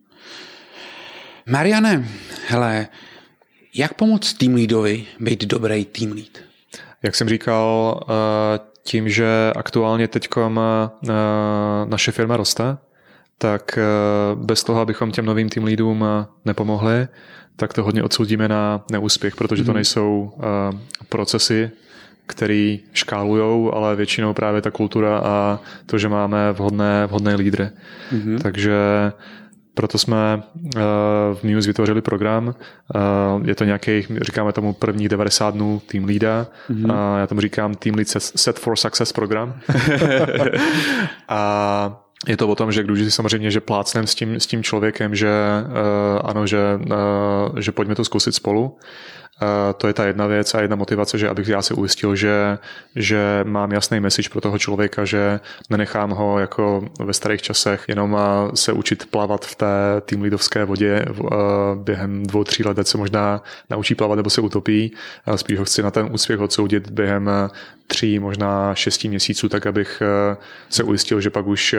Mariane, hele, jak pomoct team leadovi být dobrý team lead? Jak jsem říkal, tím, že aktuálně teďkom naše firma roste, tak bez toho, abychom těm novým team leadům nepomohli, tak to hodně odsoudíme na neúspěch, protože to nejsou procesy, který škálujou, ale většinou právě ta kultura a to, že máme vhodné, vhodné lídry. Mm-hmm. Takže proto jsme v Muse vytvořili program. Je to nějaký, říkáme tomu prvních devadesát dnů team leada. Mm-hmm. Já tomu říkám Team Lead Set for Success program. A je to o tom, že když si samozřejmě, že plácnem s tím, s tím člověkem, že ano, že, že pojďme to zkusit spolu. To je ta jedna věc a jedna motivace, že abych já si ujistil, že, že mám jasný message pro toho člověka, že nenechám ho jako ve starých časech jenom se učit plavat v té team leadovské vodě během dvou, tří let se možná naučí plavat nebo se utopí. Spíš ho chci na ten úspěch odsoudit během tří, možná šesti měsíců, tak abych se ujistil, že pak už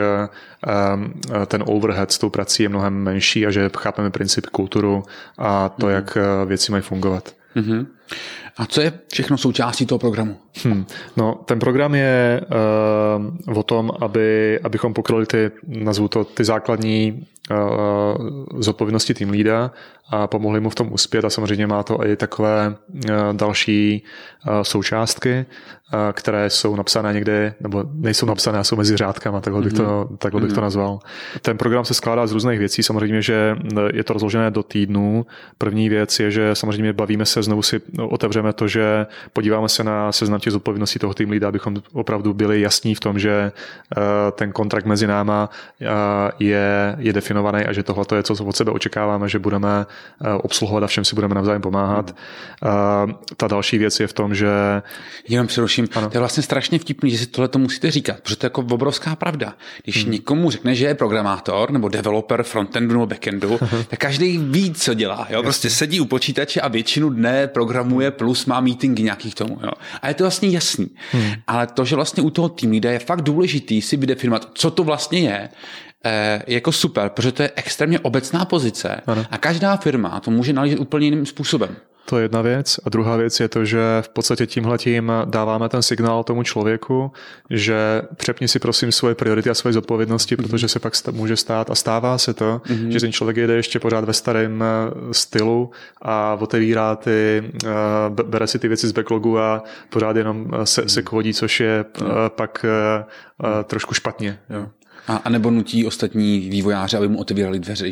ten overhead s tou prací je mnohem menší a že chápeme princip, kulturu a to, mm. jak věci mají fungovat. Mm-hmm. A co je všechno součástí toho programu? Hmm. No, ten program je uh, o tom, aby, abychom pokryli ty, nazvu to, ty základní uh, zodpovědnosti team leada a pomohli mu v tom uspět a samozřejmě má to i takové uh, další uh, součástky, uh, které jsou napsané někde, nebo nejsou napsané, jsou mezi řádkama, takhle bych, to, takhle bych to nazval. Ten program se skládá z různých věcí, samozřejmě, že je to rozložené do týdnů. První věc je, že samozřejmě bavíme se, znovu si otevřeme to, že podíváme se na seznam těch zodpovědností toho team leada, abychom opravdu byli jasní v tom, že uh, ten kontrakt mezi náma uh, je, je definovaný a že tohle je, co od sebe očekáváme, že budeme uh, obsluhovat a všem si budeme navzájem pomáhat. Uh, ta další věc je v tom, že... Jenom přeruším. To je vlastně strašně vtipný, že si tohle to musíte říkat, protože to je jako obrovská pravda. Když hmm. někomu řekne, že je programátor nebo developer frontendu nebo backendu, tak každý ví, co dělá. Jo? Prostě sedí u počítače a většinu dne programuje plus má meetingy nějakých tomu. Jo? A je to vlastně jasný. Hmm. Ale to, že vlastně u toho team leada je fakt důležitý si vydefinovat, co to vlastně je, je jako super, protože to je extrémně obecná pozice ano. A každá firma to může nalížet úplně jiným způsobem. To je jedna věc. A druhá věc je to, že v podstatě tímhletím dáváme ten signál tomu člověku, že přepni si prosím svoje priority a svoje zodpovědnosti, mm-hmm. protože se pak může stát a stává se to, mm-hmm. že ten člověk jede ještě pořád ve starém stylu a otevírá ty, bere si ty věci z backlogu a pořád jenom se, se kvodí, což je mm-hmm. pak trošku špatně. Jo. A, a nebo nutí ostatní vývojáře, aby mu otevírali dveře.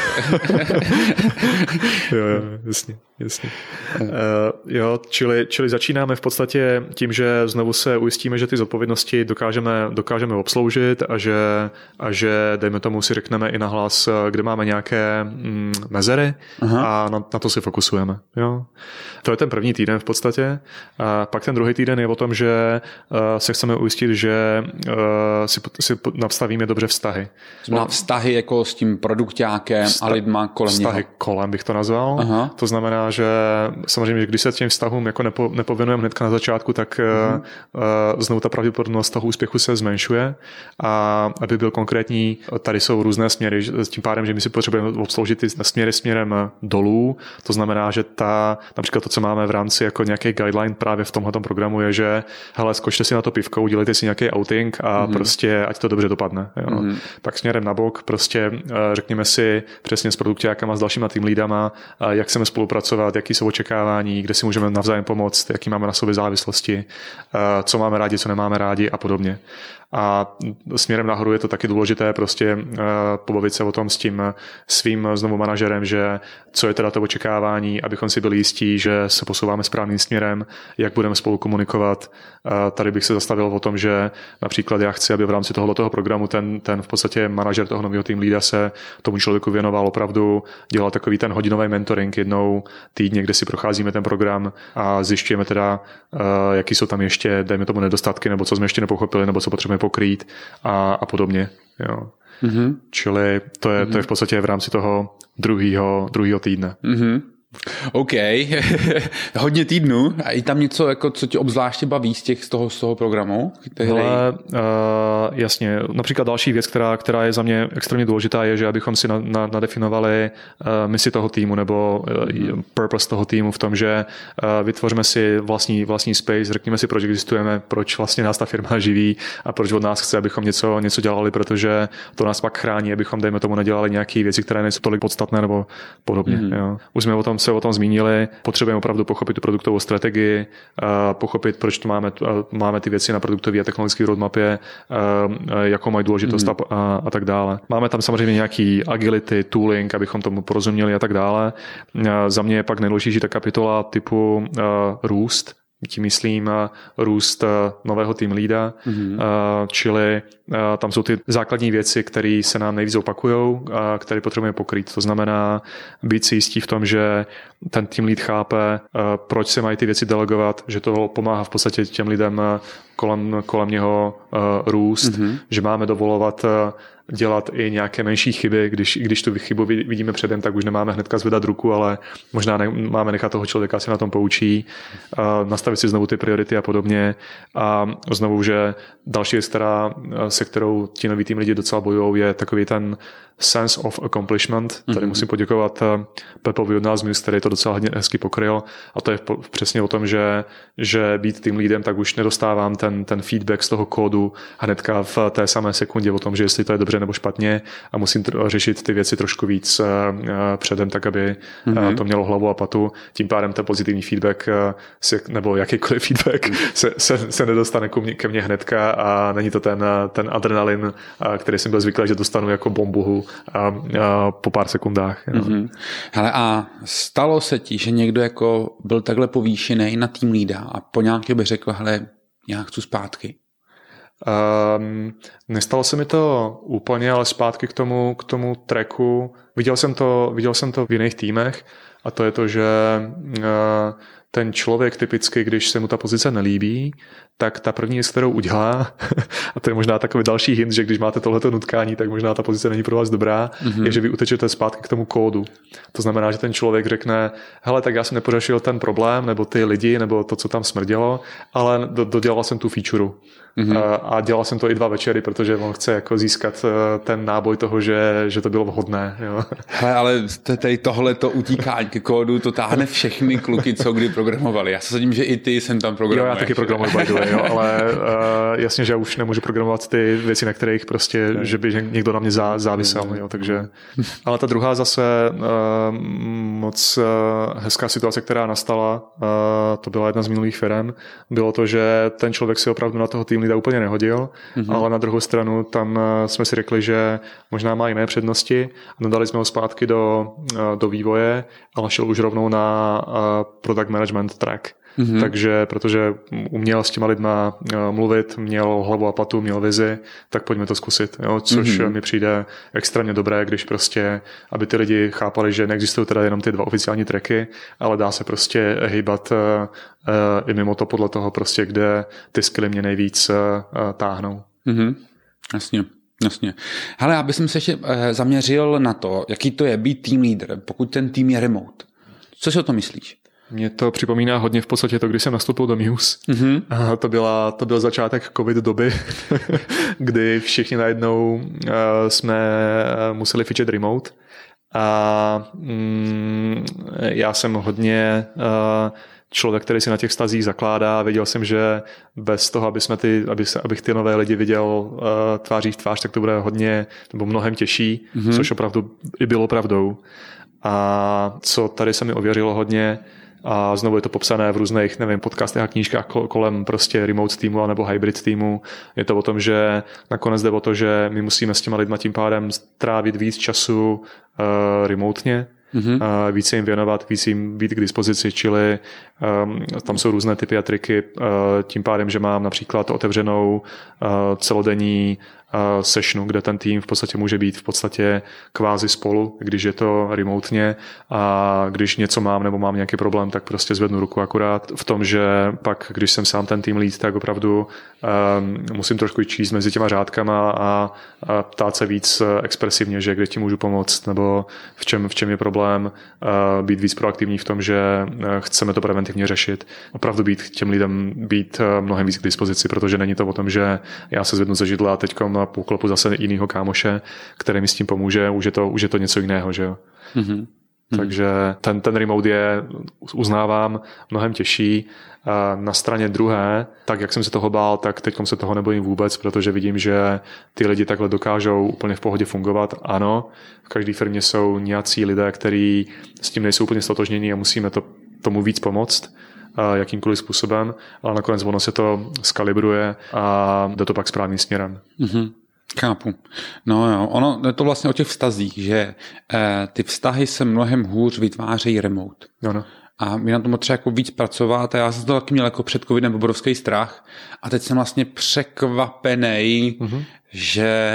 jo, jo, jasně, jasně. Uh, jo, čili, čili začínáme v podstatě tím, že znovu se ujistíme, že ty zodpovědnosti dokážeme, dokážeme obsloužit a že, a že, dejme tomu, si řekneme i nahlas, kde máme nějaké mm, mezery. Aha. A na, na to si fokusujeme. Jo. To je ten první týden v podstatě. A pak ten druhý týden je o tom, že uh, se chceme ujistit, že uh, si, si nastavíme extrémně dobře vztahy. Znamená vztahy jako s tím produkťákem Vsta- a lidma kolem vztahy něho. kolem bych to nazval. Aha. To znamená, že samozřejmě, že když se těm vztahům jako nepo, nepověnujeme hnedka na začátku, tak uh-huh. uh, znovu ta pravděpodobnost toho úspěchu se zmenšuje. A aby byl konkrétní, tady jsou různé směry. Tím pádem, že my si potřebujeme obsloužit ty směry směrem dolů. To znamená, že ta, například to, co máme v rámci jako nějaký guideline právě v tomhletom programu je, že hele, skočte si na to pivko, udělejte si nějaký outing a mm-hmm. prostě ať to dobře dopadne. Jo. Mm-hmm. Pak směrem na bok prostě řekněme si přesně s produkťákama, s dalšíma tým lídama, jak chceme spolupracovat, jaký jsou očekávání, kde si můžeme navzájem pomoct, jaký máme na sobě závislosti, co máme rádi, co nemáme rádi a podobně. A směrem nahoru je to taky důležité prostě pobavit se o tom s tím svým znovu manažerem, že co je teda to očekávání, abychom si byli jistí, že se posouváme správným směrem, jak budeme spolu komunikovat. Tady bych se zastavil o tom, že například já chci, aby v rámci tohoto programu ten, ten v podstatě manažer toho nového tým lída se tomu člověku věnoval opravdu, dělal takový ten hodinový mentoring jednou týdně, kde si procházíme ten program a zjišťujeme teda, jaký jsou tam ještě, dejme tomu nedostatky, nebo co jsme ještě nepochopili, nebo co potřebujeme pokrýt a, a podobně. Jo. Mm-hmm. Čili to je, mm-hmm. to je v podstatě v rámci toho druhého druhého týdne. Mm-hmm. OK, hodně týdnů. A je tam něco, jako, co tě obzvláště baví z, těch, z, toho, z toho programu? Hele, uh, jasně. Například další věc, která, která je za mě extrémně důležitá, je, že abychom si na, na, nadefinovali uh, misi toho týmu nebo uh, purpose toho týmu v tom, že uh, vytvoříme si vlastní, vlastní space, řekněme si, proč existujeme, proč vlastně nás ta firma živí a proč od nás chce, abychom něco, něco dělali, protože to nás pak chrání, abychom, dejme tomu, nedělali nějaké věci, které nejsou tolik podstatné nebo podobně. Mm-hmm. Jo. Už jsme o tom se o tom zmínili, potřebujeme opravdu pochopit tu produktovou strategii, pochopit, proč tu máme, máme ty věci na produktové a technologické roadmapě, jakou mají důležitost mm. a, a tak dále. Máme tam samozřejmě nějaký agility, tooling, abychom tomu porozuměli a tak dále. Za mě je pak nejdůležitější ta kapitola typu uh, růst, tím myslím růst nového tým lída, mm-hmm. čili tam jsou ty základní věci, které se nám nejvíc opakujou a které potřebujeme pokrýt. To znamená být si jistí v tom, že ten tým líd chápe, proč se mají ty věci delegovat, že to pomáhá v podstatě těm lidem kolem, kolem něho růst, mm-hmm. že máme dovolovat dělat i nějaké menší chyby, když, když tu chybu vidíme předem, tak už nemáme hnedka zvedat ruku, ale možná ne, máme nechat toho člověka, se na tom poučí, nastavit si znovu ty priority a podobně. A znovu, že další věc, která, se kterou ti noví tým lidi docela bojují, je takový ten sense of accomplishment. Tady mm-hmm. musím poděkovat Pepovi od nás Muse, který to docela hezky pokryl. A to je přesně o tom, že, že být tým lídem, tak už nedostávám ten, ten feedback z toho kódu hnedka v té samé sekundě o tom, že jestli to je dobře nebo špatně a musím tr- řešit ty věci trošku víc uh, předem, tak aby mm-hmm. uh, to mělo hlavu a patu. Tím pádem ten pozitivní feedback uh, se, nebo jakýkoliv feedback mm. se, se, se nedostane ke mně, ke mně hnedka a není to ten, ten adrenalin, uh, který jsem byl zvyklý, že dostanu jako bombu a, a po pár sekundách. Mm-hmm. Hele, a stalo se ti, že někdo jako byl takhle povýšený na tým lída a po nějaké by řekl, hele, já chci zpátky? Um, nestalo se mi to úplně, ale zpátky k tomu, k tomu tracku. Viděl jsem to, viděl jsem to v jiných týmech a to je to, že uh, ten člověk typicky, když se mu ta pozice nelíbí, tak ta první věc, kterou udělá, a to je možná takový další hint, že když máte tohleto nutkání, tak možná ta pozice není pro vás dobrá, mm-hmm. je, že vy utečete zpátky k tomu kódu. To znamená, že ten člověk řekne, hele, tak já jsem nepořešil ten problém, nebo ty lidi, nebo to, co tam smrdělo, ale do, dodělal jsem tu featureu. Mm-hmm. A dělal jsem to i dva večery, protože on chce jako získat ten náboj toho, že, že to bylo vhodné. Jo. Hele, ale tady tohleto utíkání ke kódu, to táhne všechny kluky, co kdy programovali. Já se sadím, že i ty jsem tam programoval. Jo, já taky programuji, by the way, jo, ale uh, jasně, že já už nemůžu programovat ty věci, na kterých prostě, ne. že by někdo na mě zá, závisel. Jo, takže. Ale ta druhá zase uh, moc uh, hezká situace, která nastala, uh, to byla jedna z minulých firem, bylo to, že ten člověk si opravdu na toho tým lída úplně nehodil, mm-hmm. ale na druhou stranu tam jsme si řekli, že možná má jiné přednosti. Dodali jsme ho zpátky do, do vývoje, ale šel už rovnou na product management track. Mm-hmm. Takže, protože uměl s těma lidma mluvit, měl hlavu a patu, měl vizi, tak pojďme to zkusit. Jo? Což mm-hmm. mi přijde extrémně dobré, když prostě, aby ty lidi chápali, že neexistují teda jenom ty dva oficiální tracky, ale dá se prostě hejbat i mimo to podle toho prostě, kde ty skilly mě nejvíc táhnou. Mm-hmm. Jasně. Jasně. Hele, já bych se ještě zaměřil na to, jaký to je být team leader, pokud ten tým je remote. Co si o to myslíš? Mně to připomíná hodně v podstatě to, když jsem nastoupil do Muse. Mm-hmm. A to, byla, to byl začátek covid doby, kdy všichni najednou uh, jsme museli fičet remote. A mm, já jsem hodně uh, člověk, který si na těch vztazích zakládá. Věděl jsem, že bez toho, aby jsme ty, aby se, abych ty nové lidi viděl uh, tváří v tvář, tak to bude hodně nebo mnohem těžší, mm-hmm. což opravdu i bylo pravdou. A co tady se mi ověřilo hodně, a znovu je to popsané v různých, nevím, podcastech a knížkách kolem prostě remote týmu nebo hybrid týmu. Je to o tom, že nakonec jde o to, že my musíme s těma lidma tím pádem trávit víc času uh, remotně, mm-hmm. uh, víc jim věnovat, víc jim být k dispozici, čili um, tam jsou různé typy a triky. Uh, tím pádem, že mám například otevřenou uh, celodenní sessionu, kde ten tým v podstatě může být v podstatě kvázi spolu, když je to remotně, a když něco mám nebo mám nějaký problém, tak prostě zvednu ruku akorát. V tom, že pak, když jsem sám ten tým lead, tak opravdu um, musím trošku číst mezi těma řádkama a, a ptát se víc expresivně, že kde ti můžu pomoct, nebo v čem, v čem je problém, uh, být víc proaktivní v tom, že chceme to preventivně řešit. Opravdu být těm lidem být mnohem víc k dispozici, protože není to o tom, že já se zvednu ze židla a teďkom a poklepu zase jinýho kámoše, který mi s tím pomůže, už je to, už je to něco jiného, že jo. Mm-hmm. Takže ten, ten remote je, uznávám, mnohem těžší. Na straně druhé, tak jak jsem se toho bál, tak teď se toho nebojím vůbec, protože vidím, že ty lidi takhle dokážou úplně v pohodě fungovat. Ano, v každé firmě jsou nějací lidé, kteří s tím nejsou úplně stotožnění a musíme to, tomu víc pomoct jakýmkoliv způsobem, ale nakonec ono se to skalibruje a jde to pak správným směrem. Mm-hmm. Chápu. No jo, ono je to vlastně o těch vztazích, že eh, ty vztahy se mnohem hůř vytvářejí remote. No, no. A my na tom třeba jako víc pracovat a já jsem to taky měl jako před covidem obrovský strach a teď jsem vlastně překvapený, mm-hmm. že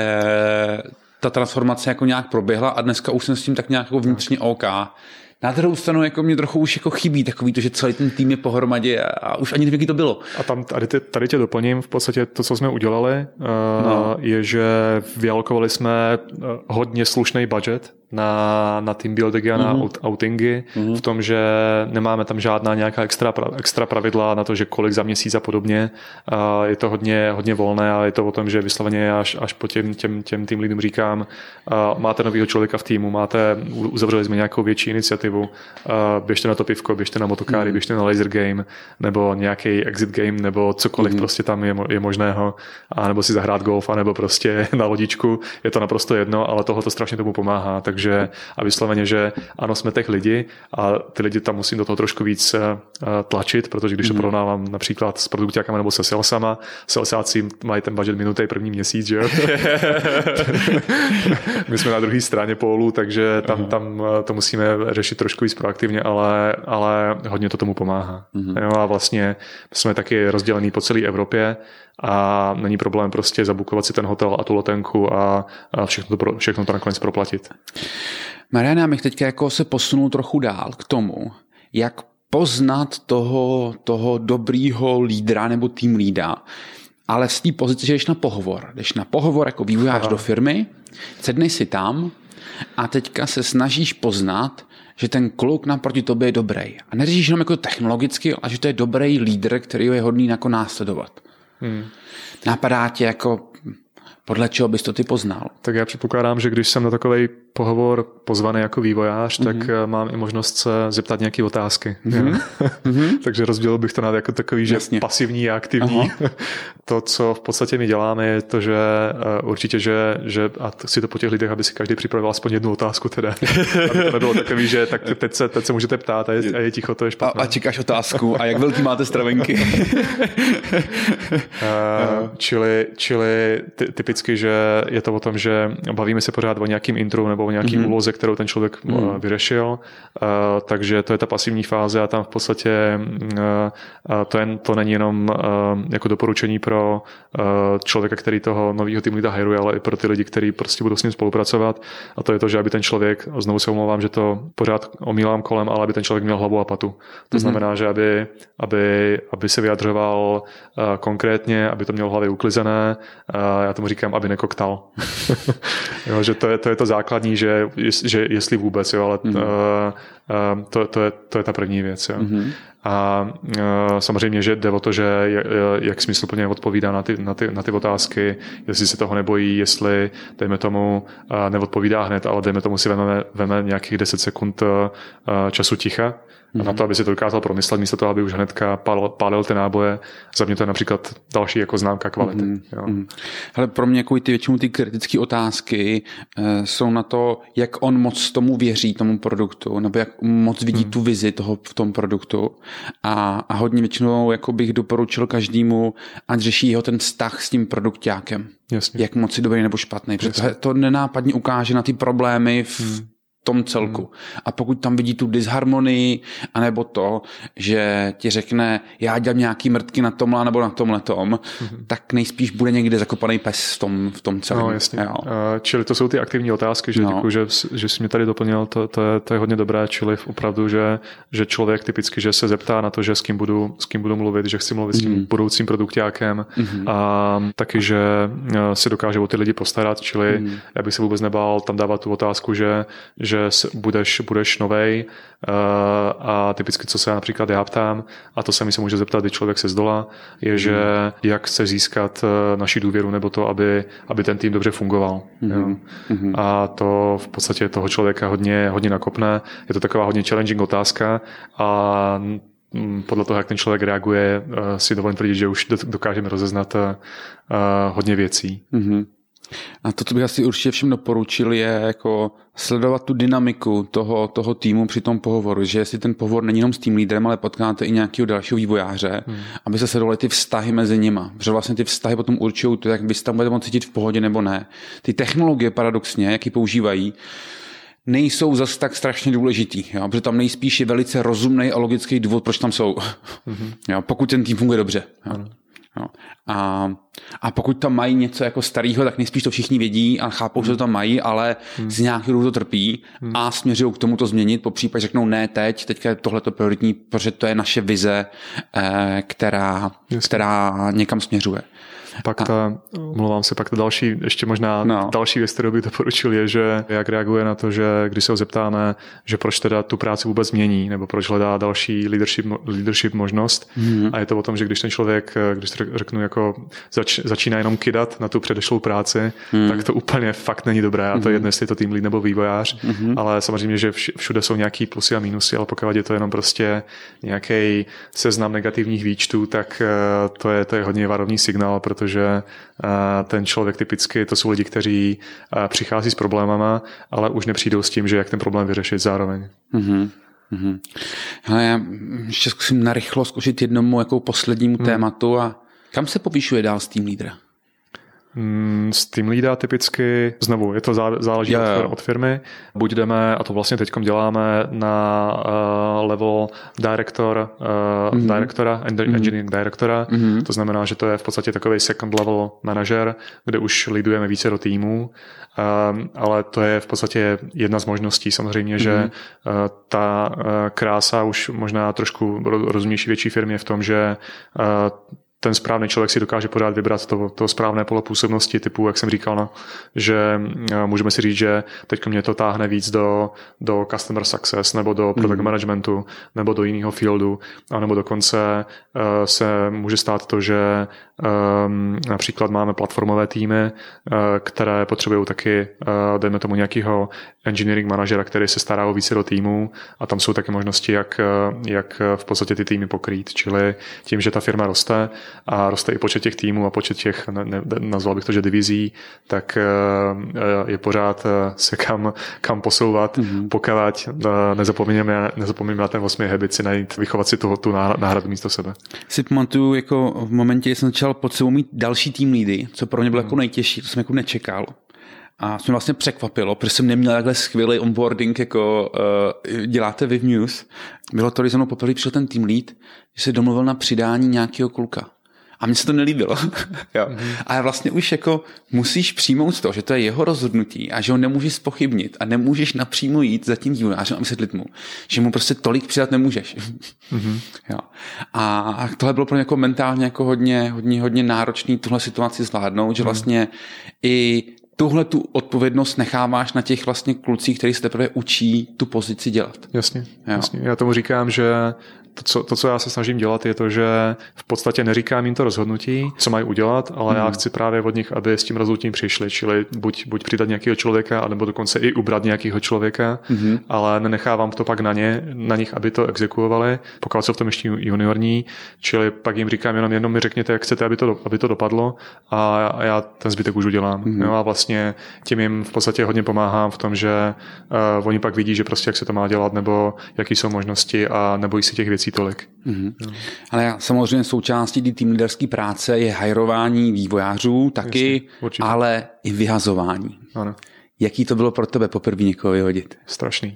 ta transformace jako nějak proběhla a dneska už jsem s tím tak nějak jako vnitřně OK. Na druhou stranu jako mě trochu už jako chybí takový to, že celý ten tým je pohromadě a už ani nevím, jaký to bylo. A tam tady, tady tě doplním, v podstatě to, co jsme udělali, no. je, že vyalokovali jsme hodně slušný budget na, na team building a na mm-hmm. outingy, mm-hmm. v tom, že nemáme tam žádná nějaká extra, extra pravidla na to, že kolik za měsíc a podobně. A je to hodně, hodně volné a je to o tom, že vysloveně až, až po těm, těm, těm tým lidem říkám, a máte novýho člověka v týmu, máte, uzavřeli jsme nějakou větší iniciativu, a běžte na to pivko, běžte na motokáry, mm-hmm. běžte na laser game, nebo nějaký exit game, nebo cokoliv mm-hmm. prostě tam je, je možného, a nebo si zahrát golf, a nebo prostě na lodičku, je to naprosto jedno, ale tohle to strašně tomu pomáhá, takže že a vysloveně, že ano, jsme těch lidi a ty lidi tam musím do toho trošku víc tlačit, protože když mm. to porovnávám například s produkťákama nebo se salesama, salesáci mají ten budget minutý první měsíc, že jo? My jsme na druhé straně pólu, takže tam, tam to musíme řešit trošku víc proaktivně, ale, ale hodně to tomu pomáhá. Mm. Jo, a vlastně jsme taky rozdělení po celé Evropě a není problém prostě zabukovat si ten hotel a tu letenku a, a všechno, to, všechno to nakonec proplatit. Mariane, já bych teďka jako se posunul trochu dál k tomu, jak poznat toho, toho dobrýho lídra nebo tým lídra, ale z té pozice, že jdeš na pohovor. Jdeš na pohovor jako vývojář do firmy, sednej si tam a teďka se snažíš poznat, že ten kluk naproti tobě je dobrý. A neřešíš jenom jako technologicky, ale že to je dobrý lídr, který je hodný jako následovat. Hmm. Napadá tě jako, podle čeho bys to ty poznal? Tak já předpokládám, že když jsem na takovej pohovor pozvaný jako vývojář, mm-hmm. tak mám i možnost se zeptat nějaké otázky. Mm-hmm. Takže rozdělil bych to na jako takový, že Jasně. pasivní a aktivní. Aha. To, co v podstatě my děláme, je to, že určitě, že, že a si to po těch lidech, aby si každý připravil aspoň jednu otázku teda. Aby to nebylo takový, že tak teď se, teď se můžete ptát a je, a je ticho, to je špatné. A, a čekáš otázku. A jak velký máte stravenky? uh, čili, čili ty, typicky, že je to o tom, že bavíme se pořád o nějakým intru nebo nebo o nějaký mm-hmm. úloze, kterou ten člověk mm. vyřešil. Takže to je ta pasivní fáze a tam v podstatě to, je, to není jenom jako doporučení pro člověka, který toho nového team leada hajruje, ale i pro ty lidi, kteří prostě budou s ním spolupracovat. A to je to, že aby ten člověk, znovu se omlouvám, že to pořád omílám kolem, ale aby ten člověk měl hlavu a patu. To mm-hmm. znamená, že aby, aby, aby se vyjadřoval konkrétně, aby to měl v hlavě uklizené. Já tomu říkám, aby nekoktal. Jo, že to je, to je to základní, že, že jestli vůbec, jo, ale mm-hmm. to, to, je, to je ta první věc. Jo. Mm-hmm. A samozřejmě, že jde o to, že jak smysluplně odpovídá na ty, na, ty, na ty otázky, jestli se toho nebojí, jestli, dejme tomu, neodpovídá hned, ale dejme tomu si veme, veme nějakých deset sekund času ticha, mm-hmm. na to, aby si to dokázal promyslet, místo toho, aby už hnedka pálil, pálil ty náboje. Za mě to je například další jako známka kvality. Mm-hmm. Jo. Mm-hmm. Hele, pro mě jako ty většinou ty kritické otázky e, jsou na to, jak on moc tomu věří, tomu produktu, nebo jak moc vidí mm-hmm. tu vizi toho v tom produktu. A, a hodně většinou jako bych doporučil každému, ať řeší jeho ten vztah s tím produkťákem. Jasně. Jak moc je dobrý nebo špatný. Protože to nenápadně ukáže na ty problémy v mm. tom celku. Hmm. A pokud tam vidí tu disharmonii, anebo to, že ti řekne, já dělám nějaký mrtky na tomhle nebo na tomhletom, hmm. tak nejspíš bude někde zakopaný pes v tom, v tom celém. No, jasně. Jo. Čili to jsou ty aktivní otázky, že, no. děkuji, že, že jsi mě tady doplnil, to, to, je, to je hodně dobré, čili opravdu, že, že člověk typicky, že se zeptá na to, že s kým budu, s kým budu mluvit, že chci mluvit hmm. s tím budoucím produkťákem hmm. a taky, že se dokáže o ty lidi postarat, čili hmm. já bych se vůbec nebál tam dávat tu otázku, že že budeš, budeš novej uh, a typicky, co se já například já ptám, a to se mi se může zeptat, když člověk se zdola, je, mm. že jak chce získat uh, naši důvěru nebo to, aby, aby ten tým dobře fungoval. Mm. Jo. Mm. A to v podstatě toho člověka hodně, hodně nakopne. Je to taková hodně challenging otázka a podle toho, jak ten člověk reaguje, uh, si dovolím tvrdit, že už dokážeme rozeznat uh, hodně věcí. Mm. A to, co bych asi určitě všem doporučil, je jako sledovat tu dynamiku toho, toho týmu při tom pohovoru, že jestli ten pohovor není jenom s tým lídrem, ale potkáte i nějakého dalšího vývojáře, hmm. aby se sledovali ty vztahy mezi nima. Protože vlastně ty vztahy potom určují to, jak vy se tam budete moct cítit v pohodě nebo ne. Ty technologie paradoxně, jak ji používají, nejsou zase tak strašně důležitý, jo? Protože tam nejspíš je velice rozumný a logický důvod, proč tam jsou. Hmm. Jo? Pokud ten tým funguje dobře. Jo? Jo. A, a pokud tam mají něco jako starého, tak nejspíš to všichni vědí a chápou, hmm. že to tam mají, ale hmm. z nějakého důvodu to trpí hmm. a směřují k tomu to změnit, po případě řeknou ne teď, teďka je tohleto prioritní, protože to je naše vize, eh, která, která někam směřuje. Pak ta, mluvám se, pak ta další, ještě možná no. další věc, kterou bych doporučil, je, že jak reaguje na to, že když se ho zeptáme, že proč teda tu práci vůbec mění, nebo proč hledá další leadership, leadership možnost. Mm. A je to o tom, že když ten člověk, když řeknu, jako zač, začíná jenom kydat na tu předešlou práci, mm. tak to úplně fakt není dobré. A to je jedno, jestli je to tým lead nebo vývojář, mm. ale samozřejmě, že všude jsou nějaký plusy a mínusy, ale pokud je to jenom prostě nějaký seznam negativních výčtů, tak to je, to je hodně varovný signál, protože ten člověk typicky, to jsou lidi, kteří přichází s problémama, ale už nepřijdou s tím, že jak ten problém vyřešit zároveň. Mm-hmm. Mm-hmm. Hele, já ještě zkusím narychlo zkusit jednomu jako poslednímu mm. tématu a kam se povýšuje dál s tým lídra? Z team leada typicky, znovu, je to záleží yeah. od, od firmy. Buď jdeme, a to vlastně teďkom děláme, na uh, level director, uh, mm-hmm. directora, engineering mm-hmm. directora. Mm-hmm. To znamená, že to je v podstatě takový second level manager, kde už leadujeme více do týmu. Um, ale to je v podstatě jedna z možností. Samozřejmě, mm-hmm. že uh, ta uh, krása už možná trošku rozumnější větší firmy je v tom, že uh, ten správný člověk si dokáže pořád vybrat to, to správné pole působnosti typu, jak jsem říkal, no, že můžeme si říct, že teď mě to táhne víc do, do customer success nebo do product mm. managementu nebo do jiného fieldu, anebo dokonce uh, se může stát to, že um, například máme platformové týmy, uh, které potřebují taky, uh, dejme tomu nějakého engineering manažera, který se stará o více do týmu a tam jsou taky možnosti, jak, jak v podstatě ty týmy pokrýt, čili tím, že ta firma roste, a roste i počet těch týmů a počet těch, ne, ne, nazval bych to, že divizí, tak je pořád se kam, kam posouvat, mm-hmm. pokud nezapomínáme, nezapomínáme na ten osmý habit si najít, vychovat si toho, tu náhradu místo sebe. Si pamatuju, jako v momentě, kdy jsem začal pod sebou mít další tým lídy, co pro mě bylo mm. jako nejtěžší, to jsem jako nečekal. a jsme vlastně překvapilo, protože jsem neměl takhle skvělý onboarding, jako uh, děláte vy v Muse. Bylo to, když za mnou poprvé přišel ten team lead, že se domluvil na přidání nějakého kluka. A mně se to nelíbilo. Jo. Mm-hmm. A vlastně už jako musíš přijmout to, že to je jeho rozhodnutí a že ho nemůžeš zpochybnit a nemůžeš napřímo jít za tím vývojářem a vysvětlit mu, že mu prostě tolik přidat nemůžeš. Mm-hmm. Jo. A tohle bylo pro mě jako mentálně jako hodně, hodně, hodně náročný tuhle situaci zvládnout, že vlastně mm-hmm. i tuhle tu odpovědnost necháváš na těch vlastně klucích, kteří se teprve učí tu pozici dělat. Jasně, jasně. Já tomu říkám, že to co, to, co já se snažím dělat, je to, že v podstatě neříkám jim to rozhodnutí, co mají udělat, ale mm. já chci právě od nich, aby s tím rozhodnutím přišli, čili buď, buď přidat nějakého člověka, anebo dokonce i ubrat nějakého člověka, mm. ale nenechávám to pak na ně, na nich, aby to exekuovali, pokud jsou v tom ještě juniorní, čili pak jim říkám jenom, jenom mi řekněte, jak chcete, aby to, aby to dopadlo a, a já ten zbytek už udělám. Mm. Jo, a vlastně tím jim v podstatě hodně pomáhám v tom, že uh, oni pak vidí, že prostě jak se to má dělat, nebo jaký jsou možnosti a nebojí si těch věcí tolik. Mm-hmm. No. Ale samozřejmě součástí té tým leaderské práce je hajrování vývojářů taky, Jasně, ale i vyhazování. Ano. Jaký to bylo pro tebe poprvé někoho vyhodit? Strašný.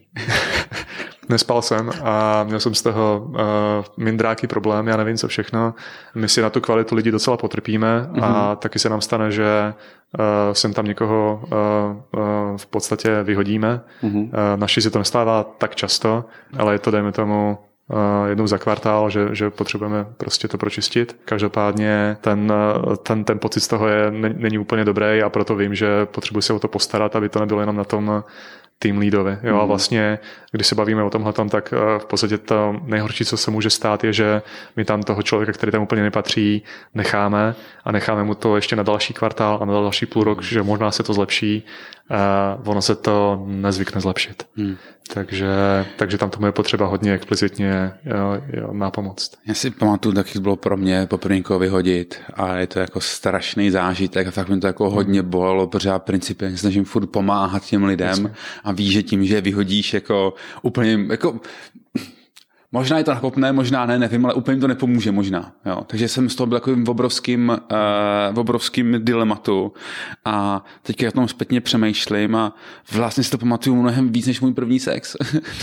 Nespal jsem a měl jsem z toho uh, mindráky problém, já nevím co všechno. My si na tu kvalitu lidí docela potrpíme mm-hmm. a taky se nám stane, že uh, sem tam někoho uh, uh, v podstatě vyhodíme. Mm-hmm. Uh, naši se to nestává tak často, ale je to, dejme tomu, Uh, jednou za kvartál, že, že potřebujeme prostě to pročistit. Každopádně ten, ten, ten pocit z toho je, není úplně dobrý a proto vím, že potřebuji se o to postarat, aby to nebylo jenom na tom tým leadovi. Jo, mm. a vlastně, když se bavíme o tomhletom, tak v podstatě to nejhorší, co se může stát, je, že my tam toho člověka, který tam úplně nepatří, necháme a necháme mu to ještě na další kvartál a na další půl rok, že možná se to zlepší. Uh, ono se to nezvykne zlepšit. Mm. Takže, takže tam tomu je potřeba hodně explicitně jo, jo, nápomoct. Já si pamatuju, taky bylo pro mě poprvé někoho vyhodit a je to jako strašný zážitek a fakt mi to jako hodně bolelo, protože já principálně snažím furt pomáhat těm lidem Jasně. a víš, že tím, že vyhodíš jako úplně jako možná je to nakopné, možná ne, nevím, ale úplně jim to nepomůže možná. Jo. Takže jsem z toho byl takovým obrovským, uh, obrovským dilematu a teďka o tom zpětně přemýšlím a vlastně si to pamatuju mnohem víc než můj první sex.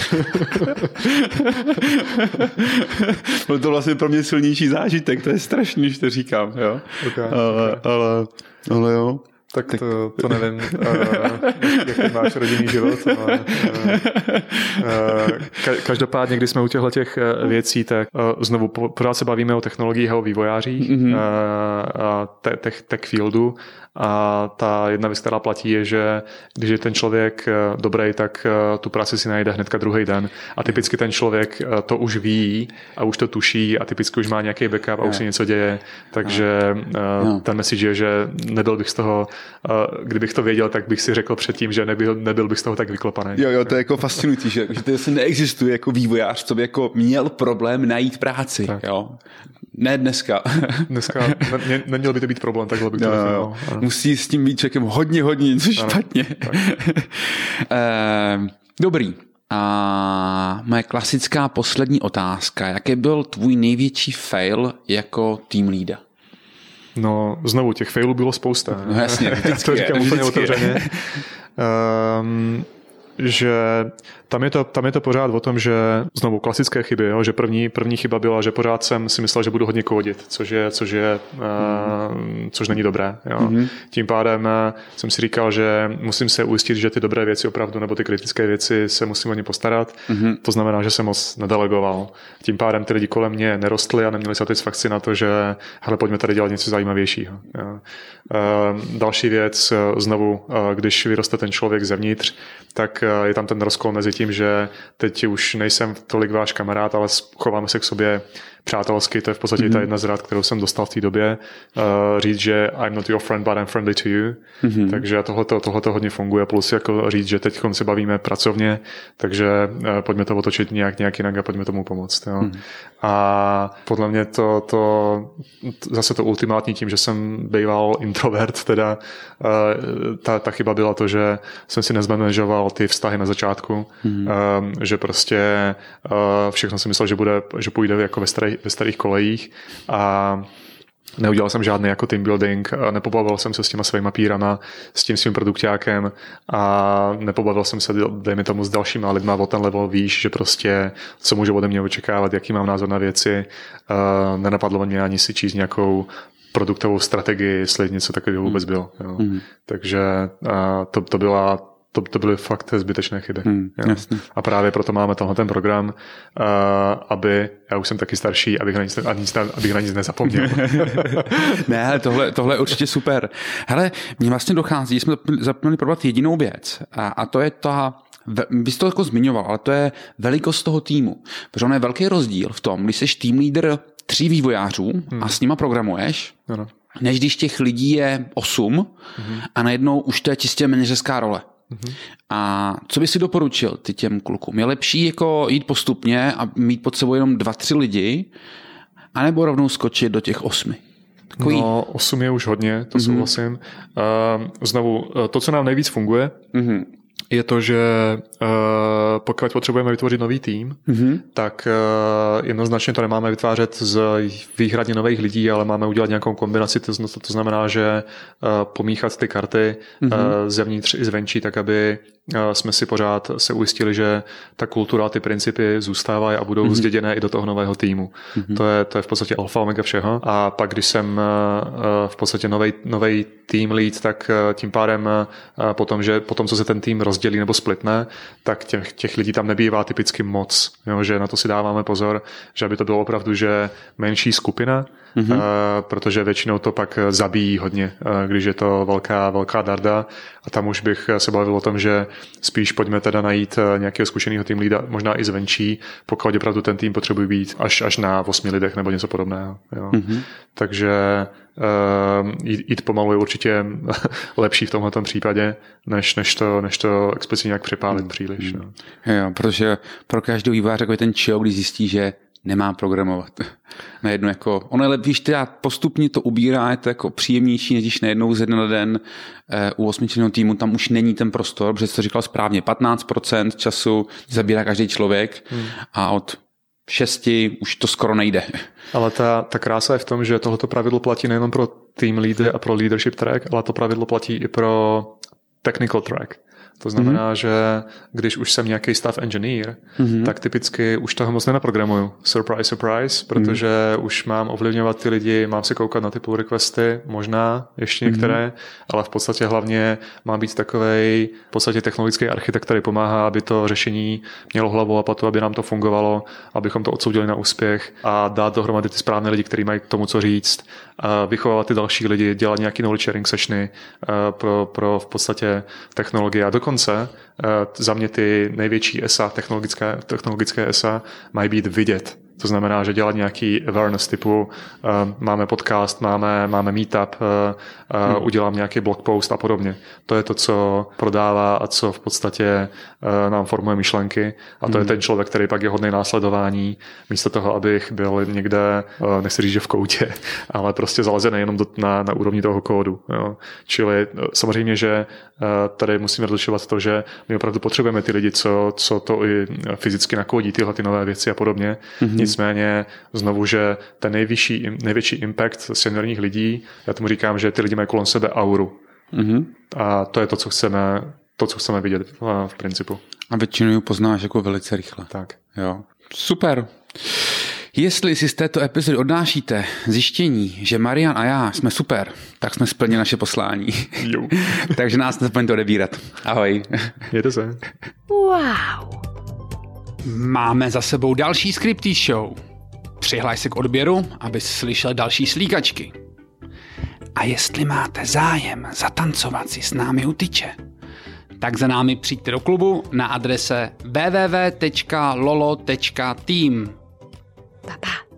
Byl to vlastně pro mě silnější zážitek, to je strašný, že to říkám. Jo. Okay, ale, okay. ale, ale jo. Tak to, to nevím, jaký máš rodinný život. Ale, každopádně, když jsme u těchto těch věcí, tak znovu pořád se bavíme o technologiích a o vývojářích mm-hmm. a tech, tech fieldu a ta jedna věc, která platí, je, že když je ten člověk dobrý, tak tu práci si najde hnedka druhý den a typicky ten člověk to už ví a už to tuší a typicky už má nějaký backup a už se něco děje, takže no. ten message je, že nebyl bych z toho kdybych to věděl, tak bych si řekl předtím, že nebyl, nebyl bych z toho tak vyklopaný. Jo, jo, to je jako fascinující, že, že to neexistuje jako vývojář, co by jako měl problém najít práci. Jo. Ne dneska. Dneska ne, neměl by to být problém, takhle bych to no, definoval. Musí s tím být člověkem hodně, hodně něco špatně. e, dobrý. A moje klasická poslední otázka. Jaký byl tvůj největší fail jako team leader? No, znovu, těch failů bylo spousta. No jasně, vždycky to říkám je, úplně otevřeně. Um, že tam je, to, tam je to pořád o tom, že znovu klasické chyby, jo, že první, první chyba byla, že pořád jsem si myslel, že budu hodně kódit, což je, což je mm. uh, což není dobré. Jo. Mm-hmm. Tím pádem uh, jsem si říkal, že musím se ujistit, že ty dobré věci opravdu, nebo ty kritické věci se musím o ně postarat. Mm-hmm. To znamená, že jsem moc nedelegoval. Tím pádem ty lidi kolem mě nerostli a neměli satisfakci na to, že hele, pojďme tady dělat něco zajímavějšího. Jo. Uh, další věc, uh, znovu, uh, když vyroste ten člověk zevnitř, tak uh, je tam ten rozkol mezi tím, že teď už nejsem tolik váš kamarád, ale chováme se k sobě přátelsky, to je v podstatě mm-hmm. ta jedna z rád, kterou jsem dostal v té době, uh, říct, že I'm not your friend, but I'm friendly to you. Mm-hmm. Takže tohleto, tohleto hodně funguje, plus jako říct, že teď se bavíme pracovně, takže uh, pojďme to otočit nějak, nějak jinak a pojďme tomu pomoct. Jo. Mm-hmm. A podle mě to, to zase to ultimátní tím, že jsem býval introvert, teda uh, ta, ta chyba byla to, že jsem si nezmanažoval ty vztahy na začátku, mm-hmm. um, že prostě uh, všechno si myslel, že bude, že půjde jako ve starých, ve starých kolejích a Neudělal jsem žádný jako team building, nepobavil jsem se s těma svýma pírama, s tím svým produkťákem a nepobavil jsem se, dejme tomu, s dalšíma lidma o ten level výš, že prostě co můžu ode mě očekávat, jaký mám názor na věci. Nenapadlo mě ani si číst nějakou produktovou strategii, jestli něco takového vůbec bylo. Jo. Mm. Takže to, to byla To, to byly fakt zbytečné chyby. Hmm, a právě proto máme tenhle ten program, uh, aby, já už jsem taky starší, abych na nic, abych na nic nezapomněl. Ne, ale tohle, tohle je určitě super. Hele, mně vlastně dochází, jsme zapomněli probrat jedinou věc a, a to je ta, vy jste to jako zmiňoval, ale to je velikost toho týmu. Protože on je velký rozdíl v tom, když jsi tým lídr tří vývojářů hmm. a s nima programuješ, ano. než když těch lidí je osm hmm. a najednou už to je čistě manažerská role. Uhum. A co by si doporučil ty těm klukům? Je lepší jako jít postupně a mít pod sebou jenom dva, tři lidi, anebo rovnou skočit do těch osmi? Takový... No, osm je už hodně, to uhum. souhlasím. Uh, znovu, to, co nám nejvíc funguje, uhum. je to, že uh, pokud potřebujeme vytvořit nový tým, mm-hmm. tak uh, jednoznačně to nemáme vytvářet z výhradně nových lidí, ale máme udělat nějakou kombinaci, to, to znamená, že uh, pomíchat ty karty mm-hmm. uh, zevnitř i zvenčí, tak aby uh, jsme si pořád se ujistili, že ta kultura, ty principy zůstávají a budou mm-hmm. zděděné i do toho nového týmu. Mm-hmm. To je, to je v podstatě alfa omega všeho. A pak, když jsem uh, v podstatě novej team lead, tak uh, tím pádem uh, potom, že potom, co se ten tým rozdělí nebo splitne, tak těch, těch lidí tam nebývá typicky moc. Jo, že na to si dáváme pozor, že aby to bylo opravdu, že menší skupina, mm-hmm. uh, protože většinou to pak zabíjí hodně, uh, když je to velká, velká darda a tam už bych se bavil o tom, že spíš pojďme teda najít nějakého zkušeného tým lída, možná i zvenčí, pokud opravdu ten tým potřebuje být až, až na osmi lidech nebo něco podobného. Jo. Mm-hmm. Takže uh, jít, jít pomalu je určitě lepší v tomhletom případě, než, než, to, než to explicitně nějak připálit mm. příliš. No. Jo, protože pro každého vývojáře jako je ten chill, když zjistí, že nemá programovat. Najednou jako, ono je lepší, když teda postupně to ubírá, je to jako příjemnější, než když najednou ze dne na den e, u osmičlenného týmu tam už není ten prostor, protože jsi to říkal správně, patnáct procent času zabírá každý člověk hmm. a od šesti už to skoro nejde. Ale ta, ta krása je v tom, že tohoto pravidlo platí nejenom pro team leader a pro leadership track, ale to pravidlo platí i pro technical track. To znamená, mm-hmm. že když už jsem nějaký staff engineer, mm-hmm. tak typicky už toho moc nenaprogramuju. Surprise, surprise, protože mm-hmm. už mám ovlivňovat ty lidi, mám se koukat na ty pull requesty, možná ještě některé, mm-hmm. ale v podstatě hlavně mám být takovej v podstatě technologický architekt, který pomáhá, aby to řešení mělo hlavu a patu, aby nám to fungovalo, abychom to odsoudili na úspěch a dát dohromady ty správné lidi, kteří mají k tomu co říct, a vychovávat ty další lidi, dělat nějaký knowledge sharing sessiony pro, pro v podstatě technologie a dokonce za mě ty největší E S A, technologické, technologické E S A, mají být vidět. To znamená, že dělat nějaký awareness typu uh, máme podcast, máme, máme meetup, uh, uh, hmm. udělám nějaký blog post a podobně. To je to, co prodává a co v podstatě uh, nám formuje myšlenky a to hmm. je ten člověk, který pak je hodný následování, místo toho, abych byl někde, uh, nechci říct, že v koutě, ale prostě zalezený jenom do, na, na úrovni toho kódu. Jo. Čili uh, samozřejmě, že uh, tady musíme rozlišovat to, že my opravdu potřebujeme ty lidi, co, co to i fyzicky nakódí, tyhle ty nové věci a podobně. Hmm. Nicméně znovu, že ten nejvyšší, největší impact seniorních lidí, já tomu říkám, že ty lidi mají kolem sebe auru. Mm-hmm. A to je to, co chceme, to, co chceme vidět v, v principu. A většinou ji poznáš jako velice rychle. Tak. Jo. Super. Jestli si z této epizody odnášíte zjištění, že Marian a já jsme super, tak jsme splnili naše poslání. Jo. Takže nás nezapomeňte odebírat. Ahoj. Jede se. Wow. Máme za sebou další Scripty Show. Přihlaj se k odběru, abys slyšel další slíkačky. A jestli máte zájem zatancovat si s námi u tyče, tak za námi přijďte do klubu na adrese w w w tečka lolo tečka team. Pa, pa.